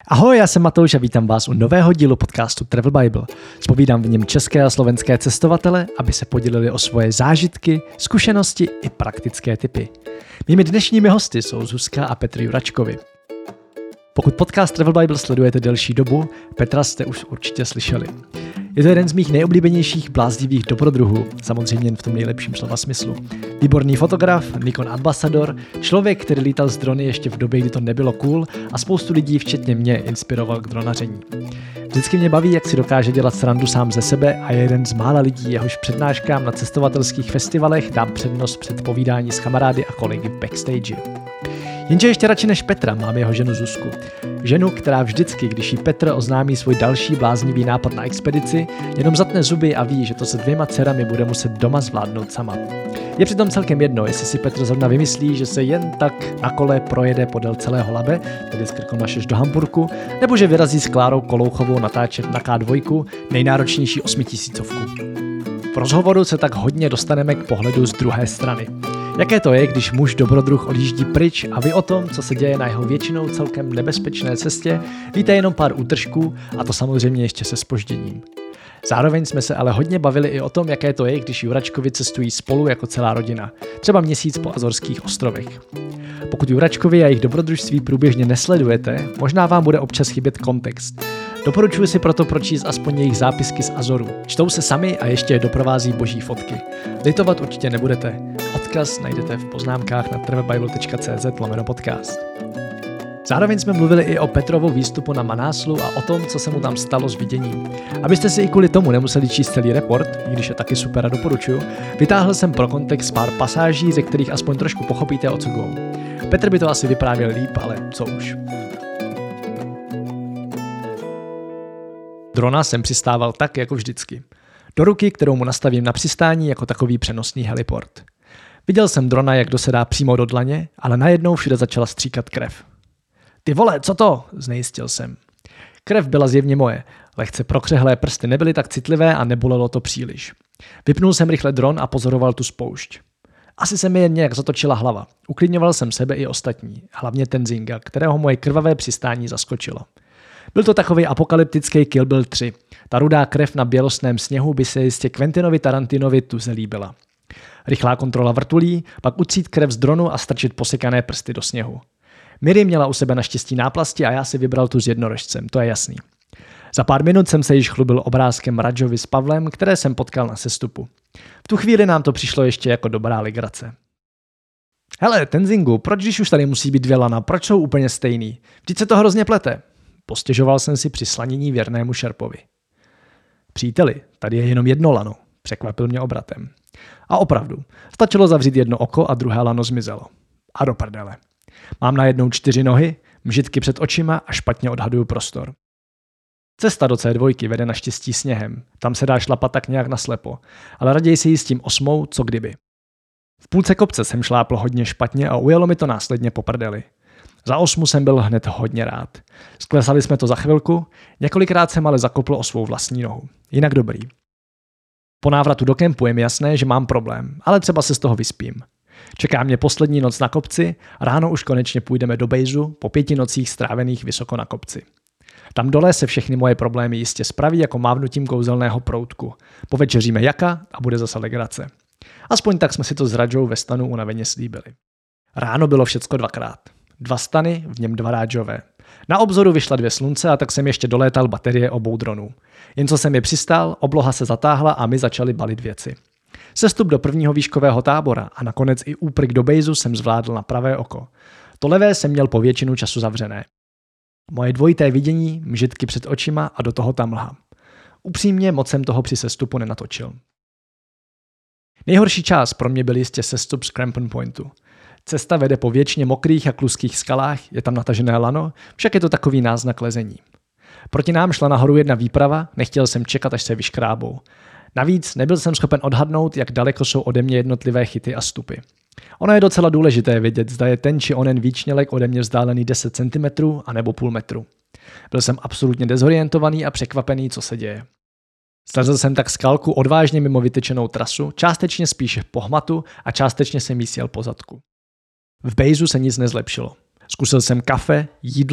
Ahoj, já jsem Matouš a vítám vás u nového dílu podcastu Travel Bible. Zpovídám v něm české a slovenské cestovatele, aby se podělili o svoje zážitky, zkušenosti i praktické tipy. Mými dnešními hosty jsou Zuzka a Petr Juračkovi. Pokud podcast Travel Bible sledujete delší dobu, Petra jste už určitě slyšeli. Je to jeden z mých nejoblíbenějších bláznivých dobrodruhů, samozřejmě jen v tom nejlepším slova smyslu. Výborný fotograf, Nikon ambasador, člověk, který lítal z drony ještě v době, kdy to nebylo cool a spoustu lidí, včetně mě, inspiroval k dronaření. Vždycky mě baví, jak si dokáže dělat srandu sám ze sebe a je jeden z mála lidí, jehož přednáškám na cestovatelských festivalech dám přednost před povídání s kamarády a kolegy v backstage. Jenže ještě radši než Petra mám jeho ženu Zuzku. Ženu, která vždycky, když jí Petr oznámí svůj další bláznivý nápad na expedici, jenom zatne zuby a ví, že to se 2 dcerami bude muset doma zvládnout sama. Je přitom celkem jedno, jestli si Petr zrovna vymyslí, že se jen tak na kole projede podél celého Labe, tedy z Krkonoš až do Hamburku, nebo že vyrazí s Klárou Kolouchovou natáčet na K2 nejnáročnější 8000. V rozhovoru se tak hodně dostaneme k pohledu z druhé strany. Jaké to je, když muž dobrodruh odjíždí pryč a vy o tom, co se děje na jeho většinou celkem nebezpečné cestě, víte jenom pár útržků a to samozřejmě ještě se zpožděním. Zároveň jsme se ale hodně bavili i o tom, jaké to je, když Juračkovi cestují spolu jako celá rodina, třeba měsíc po Azorských ostrovech. Pokud Juračkovi a jejich dobrodružství průběžně nesledujete, možná vám bude občas chybět kontext. Doporučuji si proto pročíst aspoň jejich zápisky z Azoru. Čtou se sami a ještě je doprovází boží fotky. Litovat určitě nebudete. Odkaz najdete v poznámkách na travelbible.cz/podcast. Zároveň jsme mluvili i o Petrovu výstupu na Manáslu a o tom, co se mu tam stalo s viděním. Abyste si i kvůli tomu nemuseli číst celý report, i když je taky super a doporučuju, vytáhl jsem pro kontext pár pasáží, ze kterých aspoň trošku pochopíte, o co go. Petr by to asi vyprávěl líp, ale co už. Drona jsem přistával tak, jako vždycky. Do ruky, kterou mu nastavím na přistání jako takový přenosný heliport. Viděl jsem drona, jak dosedá přímo do dlaně, ale najednou všude začala stříkat krev. Ty vole, co to? Znejistil jsem. Krev byla zjevně moje. Lehce prokřehlé prsty nebyly tak citlivé a nebolelo to příliš. Vypnul jsem rychle dron a pozoroval tu spoušť. Asi se mi jen nějak zatočila hlava. Uklidňoval jsem sebe i ostatní, hlavně Tenzinga, kterého moje krvavé přistání zaskočilo. Byl to takový apokalyptický Kill Bill 3. Ta rudá krev na bělostném sněhu by se jistě Quentinovi Tarantinovi tuze líbila. Rychlá kontrola vrtulí, pak utřít krev z dronu a strčit posekané prsty do sněhu. Miri měla u sebe naštěstí náplasti a já si vybral tu s jednorožcem, to je jasný. Za pár minut jsem se již chlubil obrázkem Radžovi s Pavlem, které jsem potkal na sestupu. V tu chvíli nám to přišlo ještě jako dobrá legrace. Hele, Tenzingu, proč když už tady musí být 2 lana, proč jsou úplně stejný? Vždyť se to hrozně plete. Postěžoval jsem si při slanění věrnému šerpovi. Příteli, tady je jenom 1 lano, překvapil mě obratem. A opravdu, stačilo zavřít 1 oko a druhé lano zmizelo. A do prdele. Mám najednou 4 nohy, mžitky před očima a špatně odhaduju prostor. Cesta do C2 vede naštěstí sněhem, tam se dá šlapat tak nějak naslepo, ale raději si jí s tím 8, co kdyby. V půlce kopce jsem šlápl hodně špatně a ujelo mi to následně po prdeli. Za 8 jsem byl hned hodně rád. Sklesali jsme to za chvilku, několikrát jsem ale zakopl o svou vlastní nohu. Jinak dobrý. Po návratu do kempu je mi jasné, že mám problém, ale třeba se z toho vyspím. Čeká mě poslední noc na kopci, ráno už konečně půjdeme do bejzu po 5 nocích strávených vysoko na kopci. Tam dole se všechny moje problémy jistě spraví jako mávnutím kouzelného proutku. Povečeříme jaka a bude zase legrace. Aspoň tak jsme si to s Radžou ve stanu unaveně slíbili. Ráno bylo všecko 2krát. 2 stany, v něm 2 rádžové. Na obzoru vyšla 2 slunce a tak jsem ještě dolétal baterie obou dronů. Jen co jsem je přistál, obloha se zatáhla a my začali balit věci. Sestup do prvního výškového tábora a nakonec i úpryk do bejzu jsem zvládl na pravé oko. To levé jsem měl po většinu času zavřené. Moje dvojité vidění, mžitky před očima a do toho ta mlha. Upřímně moc jsem toho při sestupu nenatočil. Nejhorší část pro mě byl jistě sestup z Crampon Pointu. Cesta vede po věčně mokrých a kluských skalách, je tam natažené lano, však je to takový náznak lezení. Proti nám šla nahoru 1 výprava, nechtěl jsem čekat, až se vyškrábou. Navíc nebyl jsem schopen odhadnout, jak daleko jsou ode mě jednotlivé chyty a stupy. Ono je docela důležité vědět, zda je ten či onen výčnělek ode mě vzdálený 10 cm a nebo půl metru. Byl jsem absolutně dezorientovaný a překvapený, co se děje. Slezl jsem tak skalku odvážně mimo vytyčenou trasu, částečně spíše po hmatu a částečně jsem jí sjel po zadku. V bejzu se nic nezlepšilo. Zkusil jsem kafe, jídlo,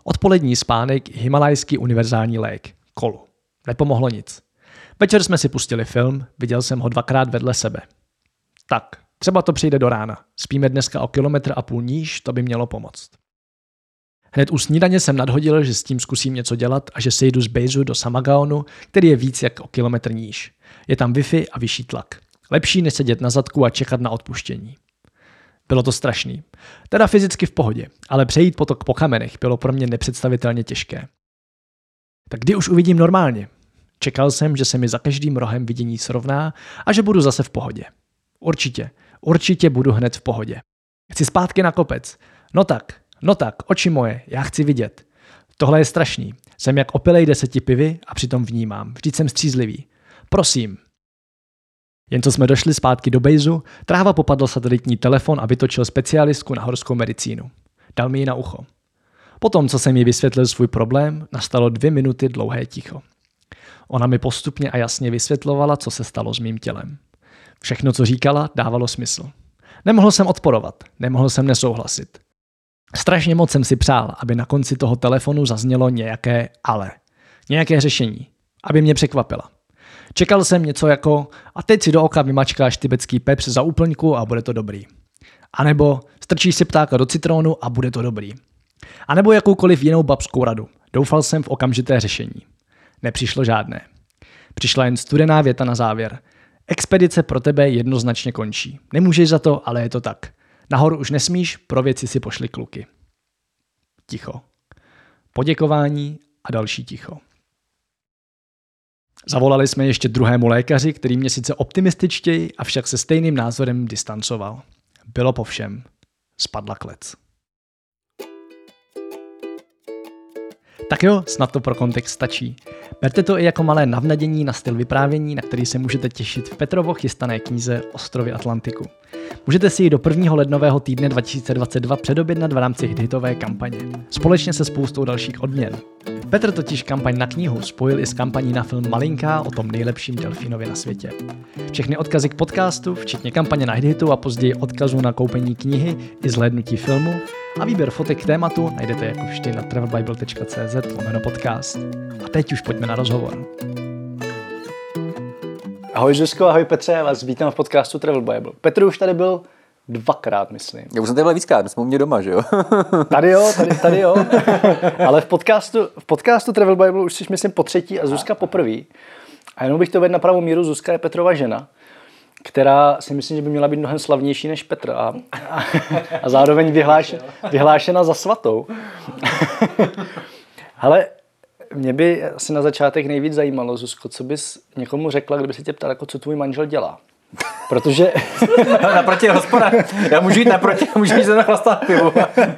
Odpolední spánek, himalajský univerzální lék, kolu. Nepomohlo nic. Večer jsme si pustili film, viděl jsem ho 2krát vedle sebe. Tak, třeba to přijde do rána. Spíme dneska o 1,5 kilometru níž, to by mělo pomoct. Hned u snídaně jsem nadhodil, že s tím zkusím něco dělat a že se jdu z Bejzu do Samagaonu, který je víc jak o 1 kilometr níž. Je tam Wi-Fi a vyšší tlak. Lepší než sedět na zadku a čekat na odpuštění. Bylo to strašný. Teda fyzicky v pohodě, ale přejít potok po kamenech bylo pro mě nepředstavitelně těžké. Tak kdy už uvidím normálně? Čekal jsem, že se mi za každým rohem vidění srovná a že budu zase v pohodě. Určitě budu hned v pohodě. Chci zpátky na kopec. No tak, oči moje, já chci vidět. Tohle je strašný. Jsem jak opilej 10 pivy a přitom vnímám. Vždyť jsem střízlivý. Prosím. Jen co jsme došli zpátky do Bejzu, Tráva popadl satelitní telefon a vytočil specialistku na horskou medicínu. Dal mi ji na ucho. Potom, co jsem jí vysvětlil svůj problém, nastalo 2 minuty dlouhé ticho. Ona mi postupně a jasně vysvětlovala, co se stalo s mým tělem. Všechno, co říkala, dávalo smysl. Nemohl jsem odporovat, nemohl jsem nesouhlasit. Strašně moc jsem si přál, aby na konci toho telefonu zaznělo nějaké ale. Nějaké řešení, aby mě překvapila. Čekal jsem něco jako a teď si do oka vymačkáš tibetský pepř za úplňku a bude to dobrý. A nebo strčíš si ptáka do citrónu a bude to dobrý. A nebo jakoukoliv jinou babskou radu. Doufal jsem v okamžité řešení. Nepřišlo žádné. Přišla jen studená věta na závěr. Expedice pro tebe jednoznačně končí. Nemůžeš za to, ale je to tak. Nahoru už nesmíš, pro věci si pošli kluky. Ticho. Poděkování a další ticho. Zavolali jsme ještě druhému lékaři, který mě sice optimističtěji, avšak se stejným názorem distancoval. Bylo po všem. Spadla klec. Tak jo, snad to pro kontext stačí. Berte to i jako malé navnadění na styl vyprávění, na který se můžete těšit v Petrovo chystané knize Ostrovy Atlantiku. Můžete si ji do 1. lednového týdne 2022 předobjednat v rámci hitové kampaně. Společně se spoustou dalších odměn. Petr totiž kampaň na knihu spojil i s kampaní na film Malinká o tom nejlepším delfínovi na světě. Všechny odkazy k podcastu, včetně kampaně na Hitu a později odkazu na koupení knihy i zhlédnutí filmu a výběr fotek k tématu najdete jako vždy na travelbible.cz/podcast. A teď už pojďme na rozhovor. Ahoj Zuzko, ahoj Petře, já vás vítám v podcastu Travel Bible. Petr už tady byl 2krát, myslím. Já už jsem tady byl víckrát, my jsme u mě doma, že jo? Tady jo. Ale v podcastu Travel Bible už jsi, myslím, po 3. a Zuzka poprvé. A jenom bych to vedl na pravou míru, Zuzka je Petrova žena, která si myslím, že by měla být mnohem slavnější než Petr a zároveň vyhlášena za svatou. Ale mě by asi na začátek nejvíc zajímalo, Zuzko, co bys někomu řekla, kdyby se tě ptal, jako co tvůj manžel dělá. Protože... Naproti je hospoda. Já můžu jít naproti, můžu jít na chlastat pivu.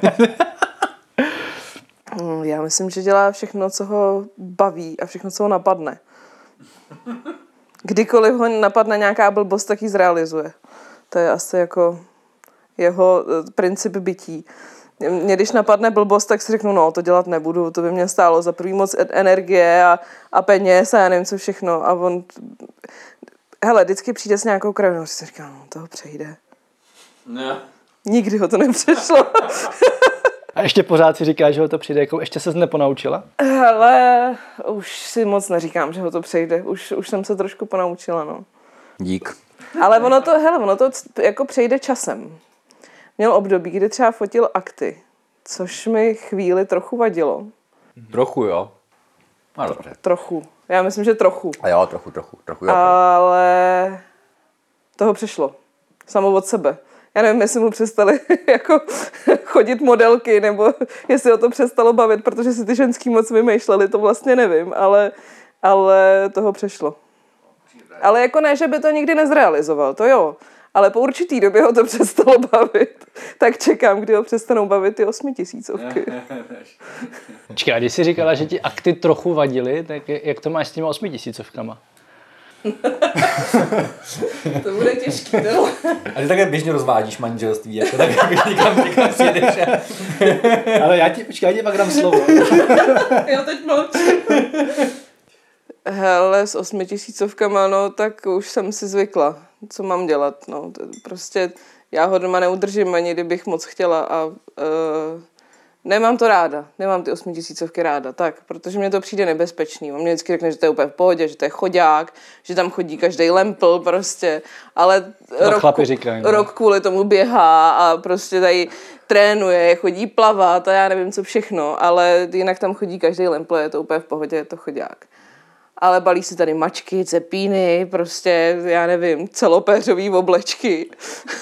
Já myslím, že dělá všechno, co ho baví a všechno, co ho napadne. Kdykoliv ho napadne nějaká blbost, tak ji zrealizuje. To je asi jako jeho princip bytí. Mě když napadne blbost, tak si řeknu, no to dělat nebudu, to by mě stálo za první moc energie a peněz a já nevím co všechno. A on, hele, vždycky přijde s nějakou kravinou, si říkám, no toho přejde. Ne. Nikdy ho to nepřešlo. A ještě pořád si říkáš, že ho to přijde, jako ještě ses neponaučila? Hele, už si moc neříkám, že ho to přejde, už jsem se trošku ponaučila, no. Dík. Ale ono to jako přejde časem. Měl období, kdy třeba fotil akty, což mi chvíli trochu vadilo. Trochu, jo. No dobře. Trochu. Já myslím, že trochu. A jo, trochu. Jo. Ale toho přišlo. Samo od sebe. Já nevím, jestli mu přestali jako chodit modelky, nebo jestli ho to přestalo bavit, protože si ty ženský moc vymýšleli, to vlastně nevím, ale toho přešlo. Ale jako ne, že by to nikdy nezrealizoval, to jo. Ale po určitý době ho to přestalo bavit. Tak čekám, kdy ho přestanou bavit ty 8000. Počkej, a když jsi říkala, že ti akty trochu vadily, tak jak to máš s těma 8000? To bude těžký, no. A ty takhle běžně rozvádíš manželství, jako tak když někam přijedeš. Ale já ti pak dám slovo. Já teď mlčím. Hele, s 8000, no, tak už jsem si zvykla. Co mám dělat, no. Prostě já ho doma neudržím, ani kdybych moc chtěla a Nemám to ráda, nemám ty 8000 ráda, tak, protože mně to přijde nebezpečný. On mě vždycky řekne, že to je úplně v pohodě, že to je chodák, že tam chodí každý lempl prostě, ale rok kvůli tomu běhá a prostě tady trénuje, chodí plavat a já nevím co všechno, ale jinak tam chodí každý lempl, je to úplně v pohodě, je to chodák. Ale balí si tady mačky, cepíny, prostě, já nevím, celopéřový oblečky.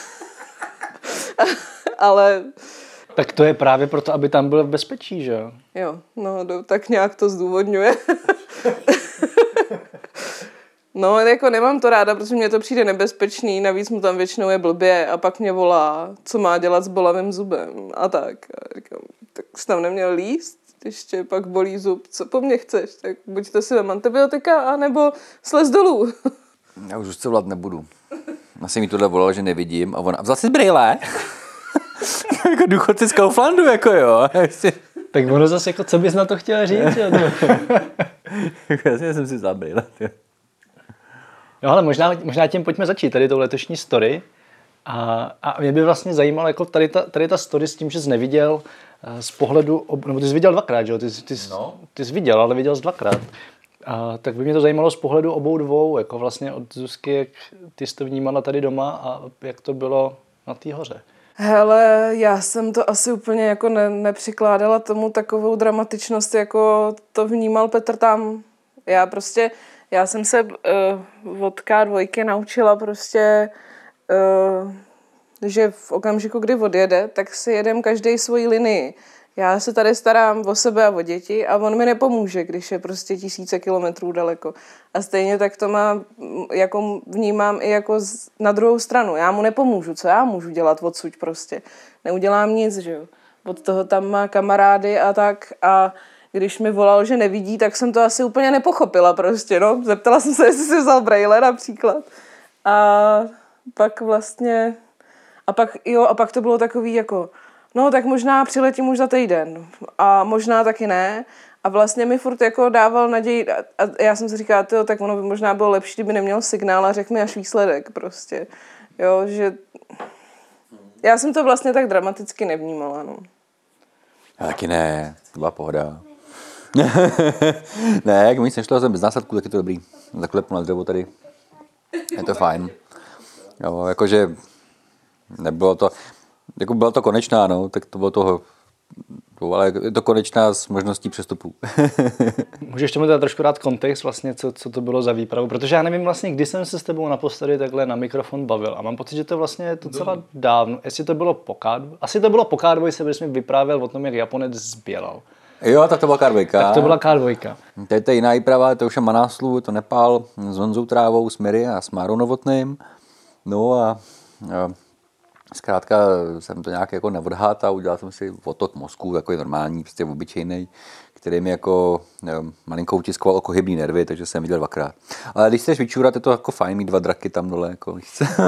Ale... Tak to je právě proto, aby tam byl v bezpečí, že jo? Jo, no tak nějak to zdůvodňuje. No, jako nemám to ráda, protože mně to přijde nebezpečný, navíc mu tam většinou je blbě a pak mě volá, co má dělat s bolavým zubem a tak. A říkám, tak jsi tam neměl líst, když tě pak bolí zub, co po mně chceš, tak buď to si vem antibiotika, anebo slez dolů. Já už se volat nebudu. Asi mi tohle volal, že nevidím a ona, vzal si brýle? Jako důchodci z Kauflandu, jako jo. Tak ono zase, jako, co bys na to chtěl říct? Já jsem si vzal brýle. No ale možná tím pojďme začít, tady tou letošní story. A mě by vlastně zajímalo, jako tady ta story s tím, že jsi neviděl z pohledu, nebo ty jsi viděl dvakrát, že jo? Ty jsi viděl, ale viděl jsi dvakrát. Tak by mě to zajímalo z pohledu obou dvou, jako vlastně od Zuzky, jak ty jsi to vnímala tady doma a jak to bylo na té hoře. Hele, já jsem to asi úplně jako nepřikládala tomu takovou dramatičnost, jako to vnímal Petr tam. Já jsem se od K2 naučila prostě, že v okamžiku, kdy odjede, tak si jedem každý svoji linii. Já se tady starám o sebe a o děti a on mi nepomůže, když je prostě 1000 kilometrů daleko. A stejně tak to má, jako vnímám i jako na druhou stranu. Já mu nepomůžu, co já můžu dělat odsud prostě. Neudělám nic, že jo. Od toho tam má kamarády a tak a když mi volal, že nevidí, tak jsem to asi úplně nepochopila prostě, no. Zeptala jsem se, jestli si vzal brejle například. A pak vlastně, a pak to bylo takový jako, no tak možná přiletím už za týden a možná taky ne. A vlastně mi furt jako dával naději a já jsem si říkala, tak ono by možná bylo lepší, kdyby neměl signál a řekl mi až výsledek prostě. Jo, že já jsem to vlastně tak dramaticky nevnímala, no. Já taky ne, to byla pohoda. Ne, jak mi nic nešlo, jsem bez následků, tak je to dobrý. Zaklepnu na dřevo tady. Je to fajn. Jo, jakože nebylo to, jako byla to konečná, no, tak to bylo toho, ale je to konečná s možností přestupu. Můžeš tomu dát trošku dát kontext vlastně, co to bylo za výpravu, protože já nevím vlastně, kdy jsem se s tebou naposledy takhle na mikrofon bavil a mám pocit, že to vlastně je docela dávno, jestli to bylo po K2, asi to bylo po K2, když jsem vyprávěl o tom, jak Japonec zbělal. Jo, tak to byla K2. Tak to byla K2. To je jiná výprava, to už je Manáslu, to Nepál s Honzou Trávou, s Miri a s Márou Novotným. No a zkrátka jsem to nějak jako neodhad a udělal jsem si otok mozku, takový normální, prostě obyčejný, který mi jako malinko utiskoval oko hybný nervy, takže jsem viděl dvakrát. Ale když chceš vyčůrat, je to jako fajn mít 2 draky tam dole, jako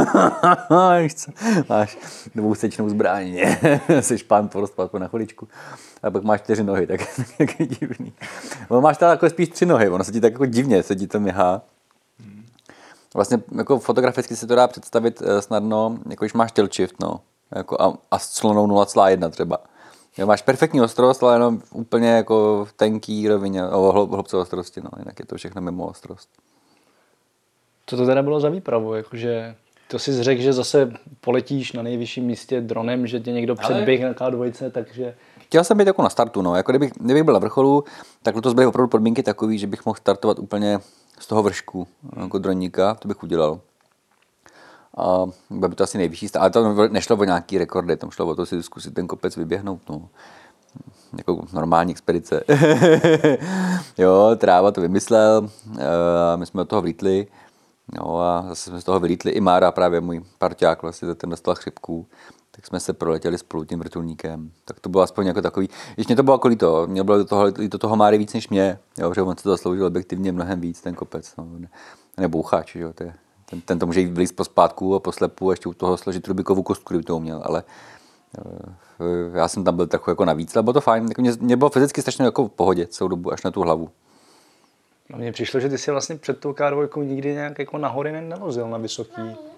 máš dvousečnou zbraň, jsi pán porospat na chviličku. A pak máš 4 nohy, tak je divný. No, máš tam jako spíš 3 nohy, ono se ti tak jako divně se ti to měhá. Vlastně jako fotograficky se to dá představit snadno, jako když máš tilt shift, no, jako a s clonou 0,1 třeba. Jo, máš perfektní ostrost, ale jenom úplně jako v tenký rovině, hloubce ostrosti, no, jinak je to všechno mimo ostrost. Co to teda bylo za výpravu, jakože to si řekl, že zase poletíš na nejvyšším místě dronem, že tě někdo předběh na K2, takže... Chtěl jsem být jako na startu, no, jako kdybych byl na vrcholu, tak to byly opravdu podmínky takový, že bych mohl startovat úplně z toho vršku jako droníka, to bych udělal. A by to asi nejvyšší stát, ale to nešlo o nějaký rekordy, tam šlo o to si zkusit ten kopec vyběhnout, no. Jako normální expedice. Jo, Tráva to vymyslel, my jsme od toho vlítli, no a zase jsme z toho vylítli i Mára, právě můj parťák, vlastně ten dostal chřipku, tak jsme se proletěli spolu tím vrtulníkem. Tak to bylo aspoň jako takový, když mě to bylo jako líto, mě bylo do toho Máry víc než mě, jo, že on se to zasloužil objektivně mnohem víc, ten kopec, no. Nebo Boucháč, jo, ten to může jít vlízt po spátku a po slepu a ještě u toho složit Rubikovou kostku, kdyby to uměl, ale já jsem tam byl takový jako navíc, ale bylo to fajn, jako mě bylo fyzicky strašně jako v pohodě celou dobu, až na tu hlavu. No mně přišlo, že ty si vlastně před tou K2 nikdy nějak jako nahory nelozil na vysoký.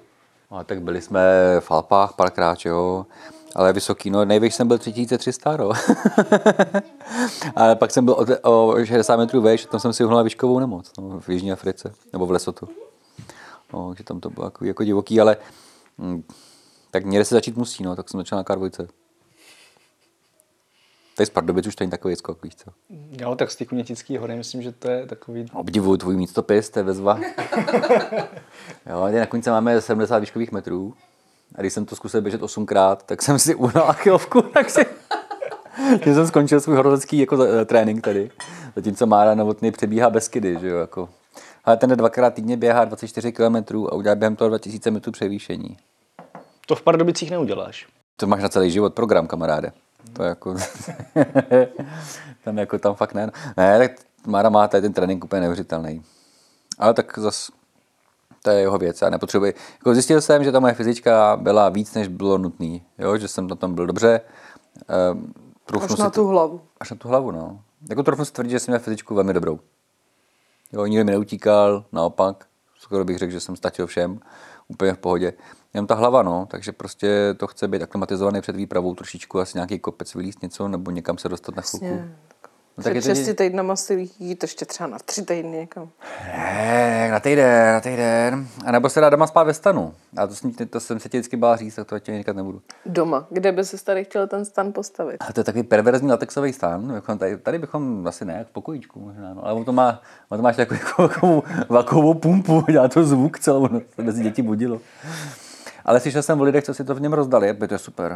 A tak byli jsme v Alpách párkrát, jo. Ale vysoký, no nejvyšší jsem byl 3300, no. Ale pak jsem byl o 60 metrů vejš, tam jsem si uhnul výškovou nemoc, no, v Jižní Africe, nebo v Lesotu. No, že tam to bylo jako divoký, ale tak někde se začít musí, no, tak jsem začal na K2. Tady z Pardubic už to není takový skok, víš co. Jo, tak z těch Kunětických hory, myslím, že to je takový... Obdivuju tvůj místopis, to je bezva. Jo, na konci máme 70 výškových metrů. A když jsem to zkusil běžet 8krát, tak jsem si uhnal achilovku, takže jsem skončil svůj horolecký jako trénink tady. Zatímco Mára Novotný přebíhá Beskydy, že jo, jako. Ale ten 2krát týdně běhá 24 km a udělá během toho 2000 metrů převýšení. To v Pardubicích neuděláš. To máš na celý život program, kamaráde. To jako... tam fakt ne. Ne, tak Mára má tady ten trénink úplně neuvěřitelný. Ale tak zas to je jeho věc, já nepotřebuji. Jako zjistil jsem, že ta moje fyzička byla víc, než bylo nutný, jo? Že jsem na tom byl dobře. Až na tu hlavu. Až na tu hlavu, no. Jako trochu si tvrdit, že jsem měl fyzičku velmi dobrou. Jo, nikdo mi neutíkal, naopak. Skoro bych řekl, že jsem stačil všem, úplně v pohodě. Jenom ta hlava, no, takže prostě to chce být aklimatizovaný před výpravou trošičku, asi nějaký kopec vylíst něco, nebo někam se dostat na chvilku. No, před 6 týdnama si jít ještě třeba na 3 týdny někam. Ne, na týden. A nebo se dá doma spát ve stanu. A to jsem se tě vždycky bál říct, tak to tě říkat nebudu. Doma? Kde by se tady chtěl ten stan postavit? A to je takový perverzní latexový stan. Tady bychom asi ne, v pokojíčku možná. No. Ale on to máš takovou vakovou pumpu, dělá to zvuk celou noc, to mezi děti budilo. Ale slyšel jsem o lidech, co si to v něm rozdali, to je super.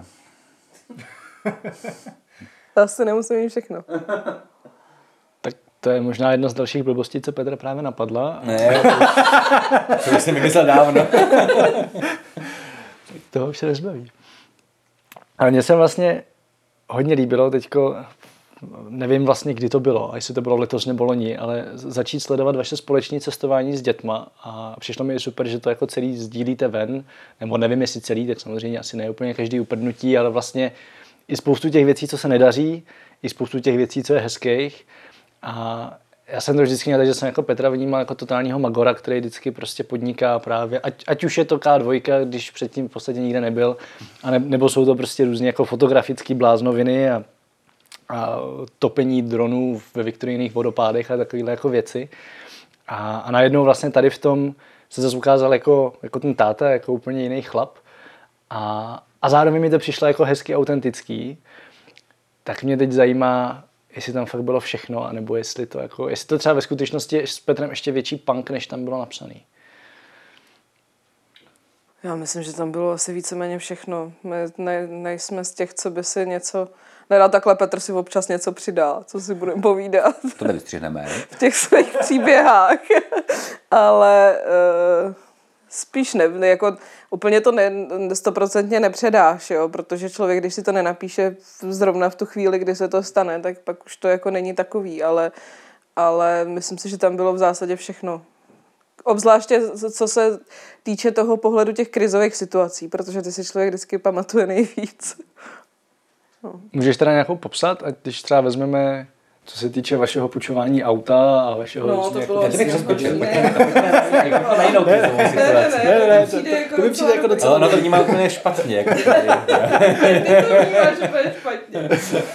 Asi nemusím mít všechno. Tak to je možná jedna z dalších blbostí, co Petra právě napadla. Ne, to už jsem vymyslel dávno. Toho už se nezbaví. Ale mně se vlastně hodně líbilo teďko, nevím vlastně, kdy to bylo, a jestli to bylo letos nebo loni, ale začít sledovat vaše společné cestování s dětma a přišlo mi super, že to jako celý sdílíte ven, nebo nevím, jestli celý, tak samozřejmě asi ne úplně každý uprdnutí, ale vlastně i spoustu těch věcí, co se nedaří, i spoustu těch věcí, co je hezkých. A já jsem to vždycky měl, že jsem jako Petra vnímal jako totálního magora, který vždycky prostě podniká právě, ať už je to K2, když předtím v podstatě nikde nebyl, nebo jsou to prostě různě jako fotografické bláznoviny a topení dronů ve viktorijných vodopádech a takovéhle jako věci. A najednou vlastně tady v tom se zase ukázal jako ten táta, jako úplně jiný chlap. A zároveň mi to přišlo jako hezky autentický. Tak mě teď zajímá, jestli tam fakt bylo všechno, anebo jestli to třeba ve skutečnosti je s Petrem ještě větší punk, než tam bylo napsaný. Já myslím, že tam bylo asi víceméně všechno. My nejsme z těch, co by si něco nedal, takhle Petr si občas něco přidá, co si budeme povídat. To nevystřihneme. V těch svých příběhách. Ale spíš ne, jako úplně to 100% nepředáš, jo? Protože člověk, když si to nenapíše zrovna v tu chvíli, kdy se to stane, tak pak už to jako není takový, ale myslím si, že tam bylo v zásadě všechno. Obzvláště co se týče toho pohledu těch krizových situací, protože ty si člověk vždycky pamatuje nejvíc. No. Můžeš teda nějakou popsat, ať když třeba vezmeme, co se týče vašeho půjčování auta a vašeho... No, to bylo asi přeskočil. Na jinou krizovou situaci. Ne, to mi přijde jako docela... Ono to vnímá úplně špatně. Ty to vnímáš úplně špatně.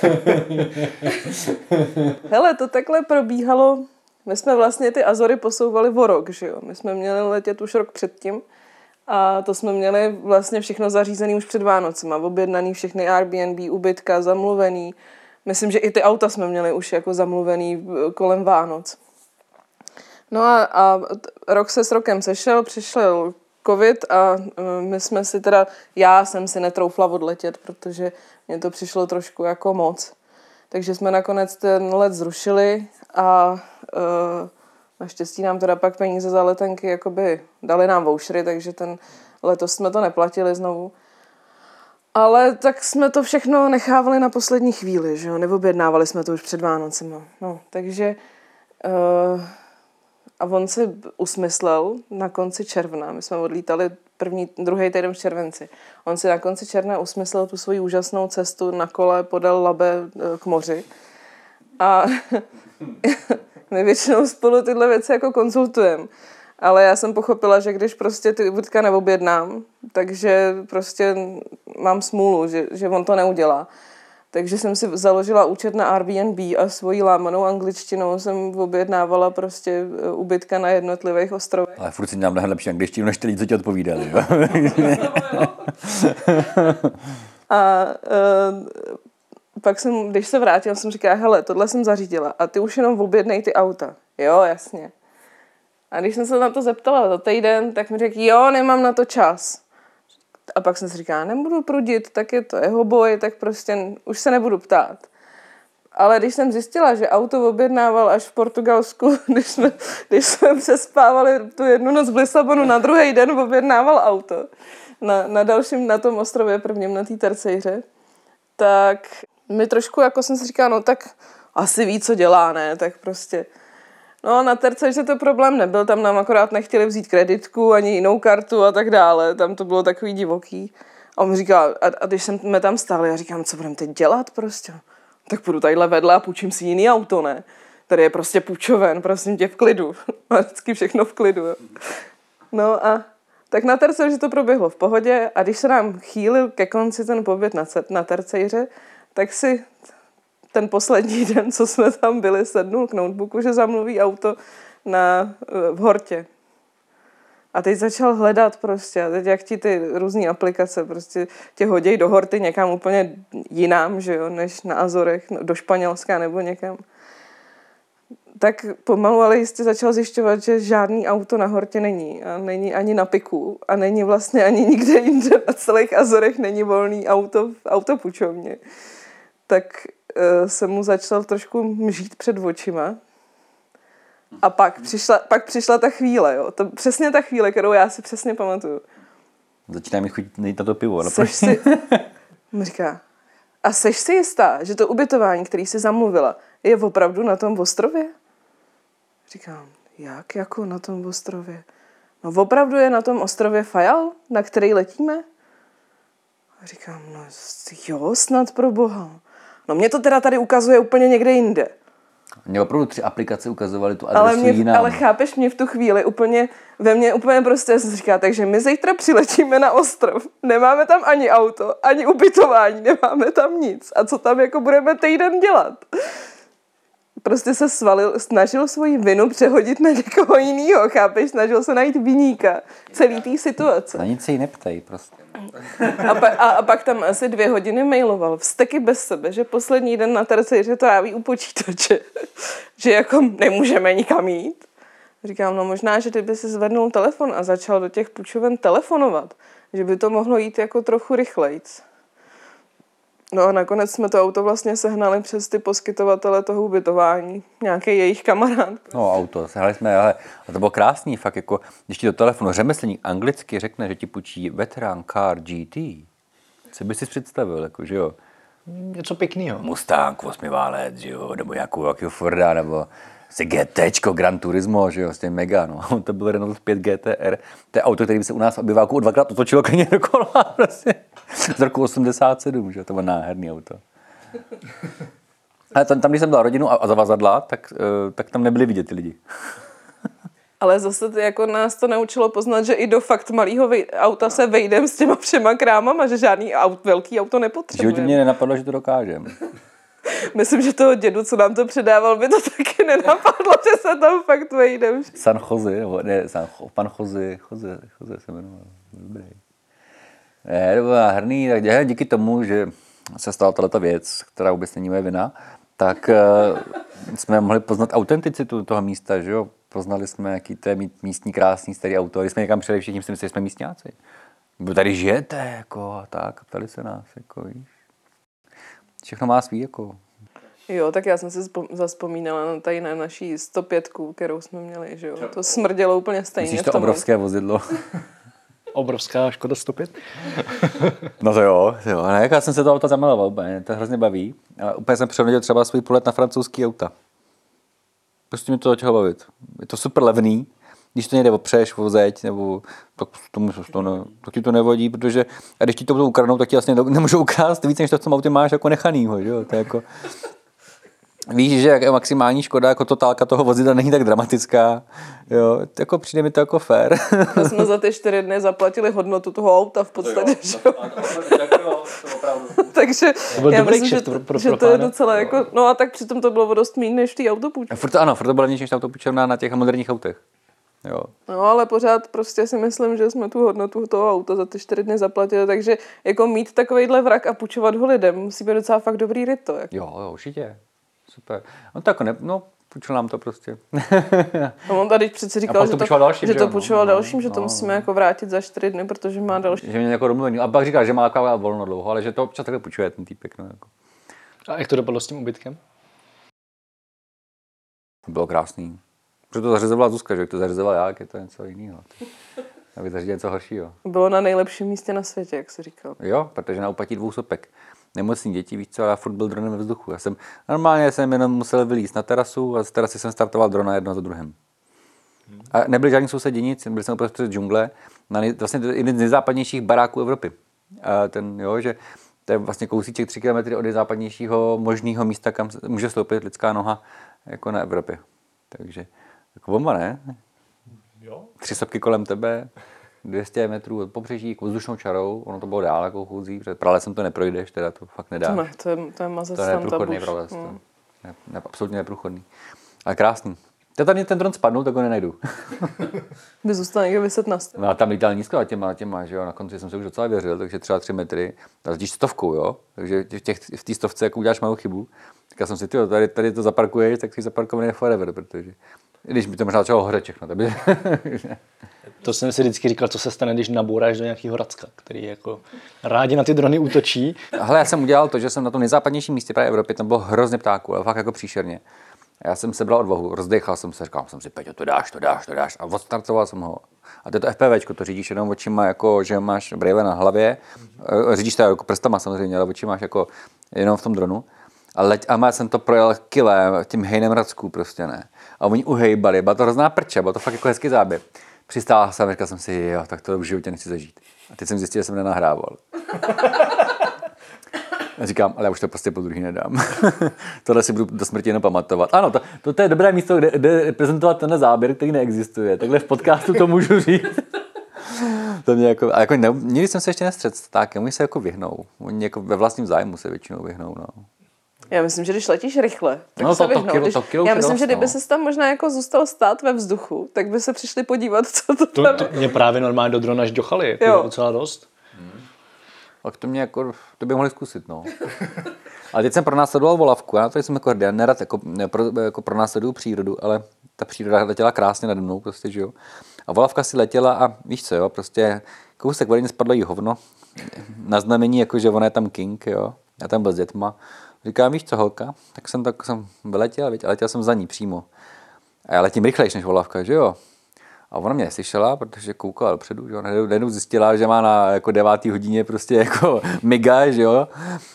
Hele, to takhle probíhalo. My jsme vlastně ty Azory posouvali o rok, že jo. My jsme měli letět už rok předtím a to jsme měli vlastně všechno zařízené už před Vánocema. Objednaný všechny Airbnb, ubytka, zamluvený. Myslím, že i ty auta jsme měli už jako zamluvený kolem Vánoc. No a rok se s rokem sešel, přišel covid a my jsme si teda, já jsem si netroufla odletět, protože mně to přišlo trošku jako moc. Takže jsme nakonec ten let zrušili a naštěstí nám teda pak peníze za letenky jakoby dali nám vouchery, takže letos jsme to neplatili znovu. Ale tak jsme to všechno nechávali na poslední chvíli, že jo, neobjednávali jsme to už před Vánocema. No, takže a on si usmyslel na konci června, my jsme odlítali druhý týden v červenci. On si na konci června usmyslel tu svoji úžasnou cestu na kole podél Labe k moři. A my většinou spolu tyhle věci jako konzultujeme. Ale já jsem pochopila, že když prostě ty ubytka neobjednám, takže prostě mám smůlu, že on to neudělá. Takže jsem si založila účet na Airbnb a svojí lámanou angličtinou jsem objednávala prostě ubytka na jednotlivých ostrovech. Ale furt si měla mnohem lepší angličtinu, než ty lidi, co ti odpovídali. Jo? A pak jsem, když se vrátila, jsem říkala, hele, tohle jsem zařídila a ty už jenom objednej ty auta. Jo, jasně. A když jsem se na to zeptala za týden, tak mi řekl, jo, nemám na to čas. A pak jsem si říkala, nebudu prudit, tak je to jeho boj, tak prostě už se nebudu ptát. Ale když jsem zjistila, že auto objednával až v Portugalsku, když jsme přespávali tu jednu noc v Lisabonu, na druhý den objednával auto na dalším, na tom ostrově prvním, na té Terceiře, tak mi trošku, jako jsem si říkala, no tak asi ví, co dělá, ne, tak prostě. No na Terceiře to problém nebyl, tam nám akorát nechtěli vzít kreditku, ani jinou kartu a tak dále, tam to bylo takový divoký. A on mi říkal, a když jsme tam stáli, já říkám, co budeme teď dělat prostě? Tak půjdu tadyhle vedle a půjčím si jiný auto, ne? Tady je prostě půjčoven, prosím tě, v klidu. A vždycky všechno v klidu. Jo. No a tak na Terceiře to proběhlo v pohodě a když se nám chýlil ke konci ten pobyt na Terceiře, tak si ten poslední den, co jsme tam byli, sednul k notebooku, že zamluví auto v Hortě. A teď začal hledat prostě. A teď jak ti ty různý aplikace prostě tě hodějí do Horty někam úplně jinam, že jo, než na Azorech, do Španělska nebo někam. Tak pomalu, ale jistě začal zjišťovat, že žádný auto na Hortě není. A není ani na Piku. A není vlastně ani nikde jinde. Na celých Azorech není volný auto v autopůjčovně. Tak se mu začal trošku mžít před očima. A pak přišla ta chvíle, jo. To přesně ta chvíle, kterou já si přesně pamatuju. Začíná mi chutit na to pivo. Říká, a seš si jistá, že to ubytování, který jsi zamluvila, je opravdu na tom ostrově? Říkám, jak jako na tom ostrově? No opravdu je na tom ostrově Fajal, na který letíme? A říkám, no jo, snad pro boha. No mě to teda tady ukazuje úplně někde jinde. Mě opravdu 3 aplikace ukazovaly tu adresu jinam. Ale chápeš, mě v tu chvíli ve mně úplně prostě jsem si říká, takže my zítra přiletíme na ostrov, nemáme tam ani auto, ani ubytování, nemáme tam nic. A co tam jako budeme týden dělat? Prostě se snažil svoji vinu přehodit na někoho jinýho, chápeš? Snažil se najít viníka celý té situace. Na nic se jí neptej prostě. A pak tam asi 2 hodiny mailoval, vzteky bez sebe, že poslední den na Terceiře tráví u počítače, že jako nemůžeme nikam jít. Říkám, no možná, že kdyby si zvednul telefon a začal do těch půjčoven telefonovat, že by to mohlo jít jako trochu rychlejc. No a nakonec jsme to auto vlastně sehnali přes ty poskytovatele toho ubytování. Nějaký jejich kamarád. No auto, sehnali jsme, ale to bylo krásný, fakt jako, když ti do telefonu řemeslník anglicky řekne, že ti půjčí Veteran Car GT, co by si představil, jako, že jo? Něco pěknýho. Mustang 8 válec, že jo, nebo jakého Forda, nebo se GTčko, Gran Turismo, že jo, vlastně mega, no. To byl Renault 5 GTR, to je auto, který se u nás obyváku 2krát otočilo klidně do kola, prostě. Z roku 87, že jo, to bylo nádherný auto. Ale tam, když jsem dal rodinu a zavazadla, tak tam nebyli vidět ty lidi. Ale zase jako nás to naučilo poznat, že i do fakt malého auta se vejdem s těma všema krámama, že žádný velký auto nepotřebujeme. Životě mě nenapadlo, že to dokážeme. Myslím, že toho dědu, co nám to předával, by to taky nenapadlo, že se tam fakt vejdem. San Jose, nebo ne, pan Jose se jmenoval. Dobrý. Ne, to bylo nádherný, tak díky tomu, že se stala tato věc, která vůbec není moje vina, tak jsme mohli poznat autenticitu toho místa, že jo? Poznali jsme, jaký to je mít místní krásný starý auto. Když jsme někam přijeli, všichni si mysleli, že jsme místňáci. Bo tady žijete, jako a tak, ptali se nás, jako víš. Všechno má svý, jako. Jo, tak já jsem si zazpomínala tady na naší 105, kterou jsme měli, že jo. To smrdělo úplně stejně. Myslíš to obrovské vozidlo? Obrovská Škoda 105? No to jo. Ne, já jsem se to auto zamiloval úplně, to hrozně baví. Ale úplně jsem přehodil třeba svůj pohled na francouzský auta. Prostě mě to začalo bavit. Je to super levný, když to někde opřeš, vozeď, nebo tak ti to nevodí, protože a když ti to budou ukradnout, tak ti vlastně nemůžou ukrást víc, než to v tom autě máš jako nechanýho, že jo? To je jako. víš, že jak maximální škoda, jako totálka toho vozidla není tak dramatická. Jo, jako přijde mi to jako fér. My jsme za ty 4 dny zaplatili hodnotu toho auta v podstatě. Takže já myslím, že to je docela jako, no a tak přitom to bylo o dost méně než v té autopůjčovně. Furt to bylo levnější než ta autopůjčovna na těch moderních autech. Jo. No ale pořád prostě si myslím, že jsme tu hodnotu toho auta za ty 4 dny zaplatili, takže jako mít takovejhle vrak a půjčovat ho lidem musí být docela fakt dobrý ryto. Jako. Jo, určitě. Super. No tak půjčil nám to prostě. A on tady přece říkal, že to půjčoval dalším, že to musíme jako vrátit za 4 dny, protože má další. Že mě jako domluvený. A pak říkal, že má taková volno dlouho, ale že to občas takhle půjčuje ten týpek. No, jako. A jak to dopadlo s tím ubytkem? Bylo krásný. Protože to zařizovala Zuzka, že to zařizoval já, je to něco jiného. Aby zařídil něco horšího. Bylo na nejlepším místě na světě, jak se říkal. Jo, protože na úpatí 2 sopek. Nemocný děti, víš co, ale já furt byl dronem ve vzduchu. Normálně jsem jenom musel vylízt na terasu a z terasy jsem startoval drona jedno za druhým. A nebyly žádný sousedí nic, byl jsem uprostřed džungle, na vlastně jeden z nejzápadnějších baráků Evropy. A že to je vlastně kousíček 3 km od nejzápadnějšího možného místa, kam může stoupit lidská noha jako na Evropě. Takže jako bomba, ne? Jo. 3 sopky kolem tebe, 200 metrů od pobřeží, jako vzdušnou čarou, ono to bylo dál jako chůzí, protože pralesem to neprojdeš, teda to fakt nedá. To je mazec tam, to je neprůchodný prales, absolutně neprůchodný. Ale krásný. Já tady ten dron spadnul, tak ho nenajdu. By zůstal někde vyset na stěně. No a tam lítal nízko na těma, že jo, na konci jsem se už docela věřil, takže třeba 3 metry, a zdíš 100, jo, takže v té 100 jako uděláš malou chybu. Říkal jsem si, tady to zaparkuješ, tak si zaparkovaný forever, protože když by to možná začalo hořet všechno, tak by... To jsem si vždycky říkal, co se stane, když nabouráš do nějakého Hradska, který jako rádi na ty drony útočí. Hele, já jsem udělal to, že jsem na tom nejzápadnějším místě právě Evropy, tam bylo hrozně ptáků, ale fakt jako příšerně. A já jsem sebral odvahu, rozdechal jsem se, říkal jsem si, Peťo, to dáš a odstartoval jsem ho. A to je to FPVčko, to řídíš jenom očima, jako, že máš brýle na hlavě, řídíš to jako prstama samozřejmě, ale oči máš jako jenom v tom dronu. A já jsem to projel kilem, tím hejnem Hradsku prostě ne. A oni uhejbali, byla to hrozná prča, byl to fakt jako hezký záběr. Přistál jsem, říkal jsem si, jo, tak to v životě nechci zažít. A teď jsem zjistil, že jsem nenahrával. A říkám, ale já už to prostě po druhý nedám. Tohle si budu do smrti jenom pamatovat. Ano, to je dobré místo, kde prezentovat tenhle záběr, který neexistuje. Takhle v podcastu to můžu říct. To mě jako, a jako nikdy jsem se ještě nestřetl s ptákem, oni se jako vyhnou. Oni jako ve vlastním zájmu se většinou vyhnou, no. Já myslím, že když letíš rychle, tak se vyhnou. Já myslím, že kdyby se tam možná jako zůstal stát ve vzduchu, tak by se přišli podívat, co to tam je. To mě právě normálně do drona žďochali, jako docela dost. Tak to by mohli zkusit, no. Ale teď jsem pronásledoval volavku, já to jsem jako hrdý, nerad jako pronásleduju přírodu, ale ta příroda letěla krásně nade mnou, prostě, že jo. A volavka si letěla a víš co, jo, prostě kousek vodně spadlo jí hovno, na znamení, jako že ona je tam king, jo. Já tam byl s dětma. Říkám, víš co, holka, tak jsem vyletěl, a letěl jsem za ní přímo. A já letím rychlejš než volavka, že jo. A ona mě neslyšela, protože koukala dopředu, že jo. Najednou zjistila, že má na jako 9. hodině prostě jako miga, že jo.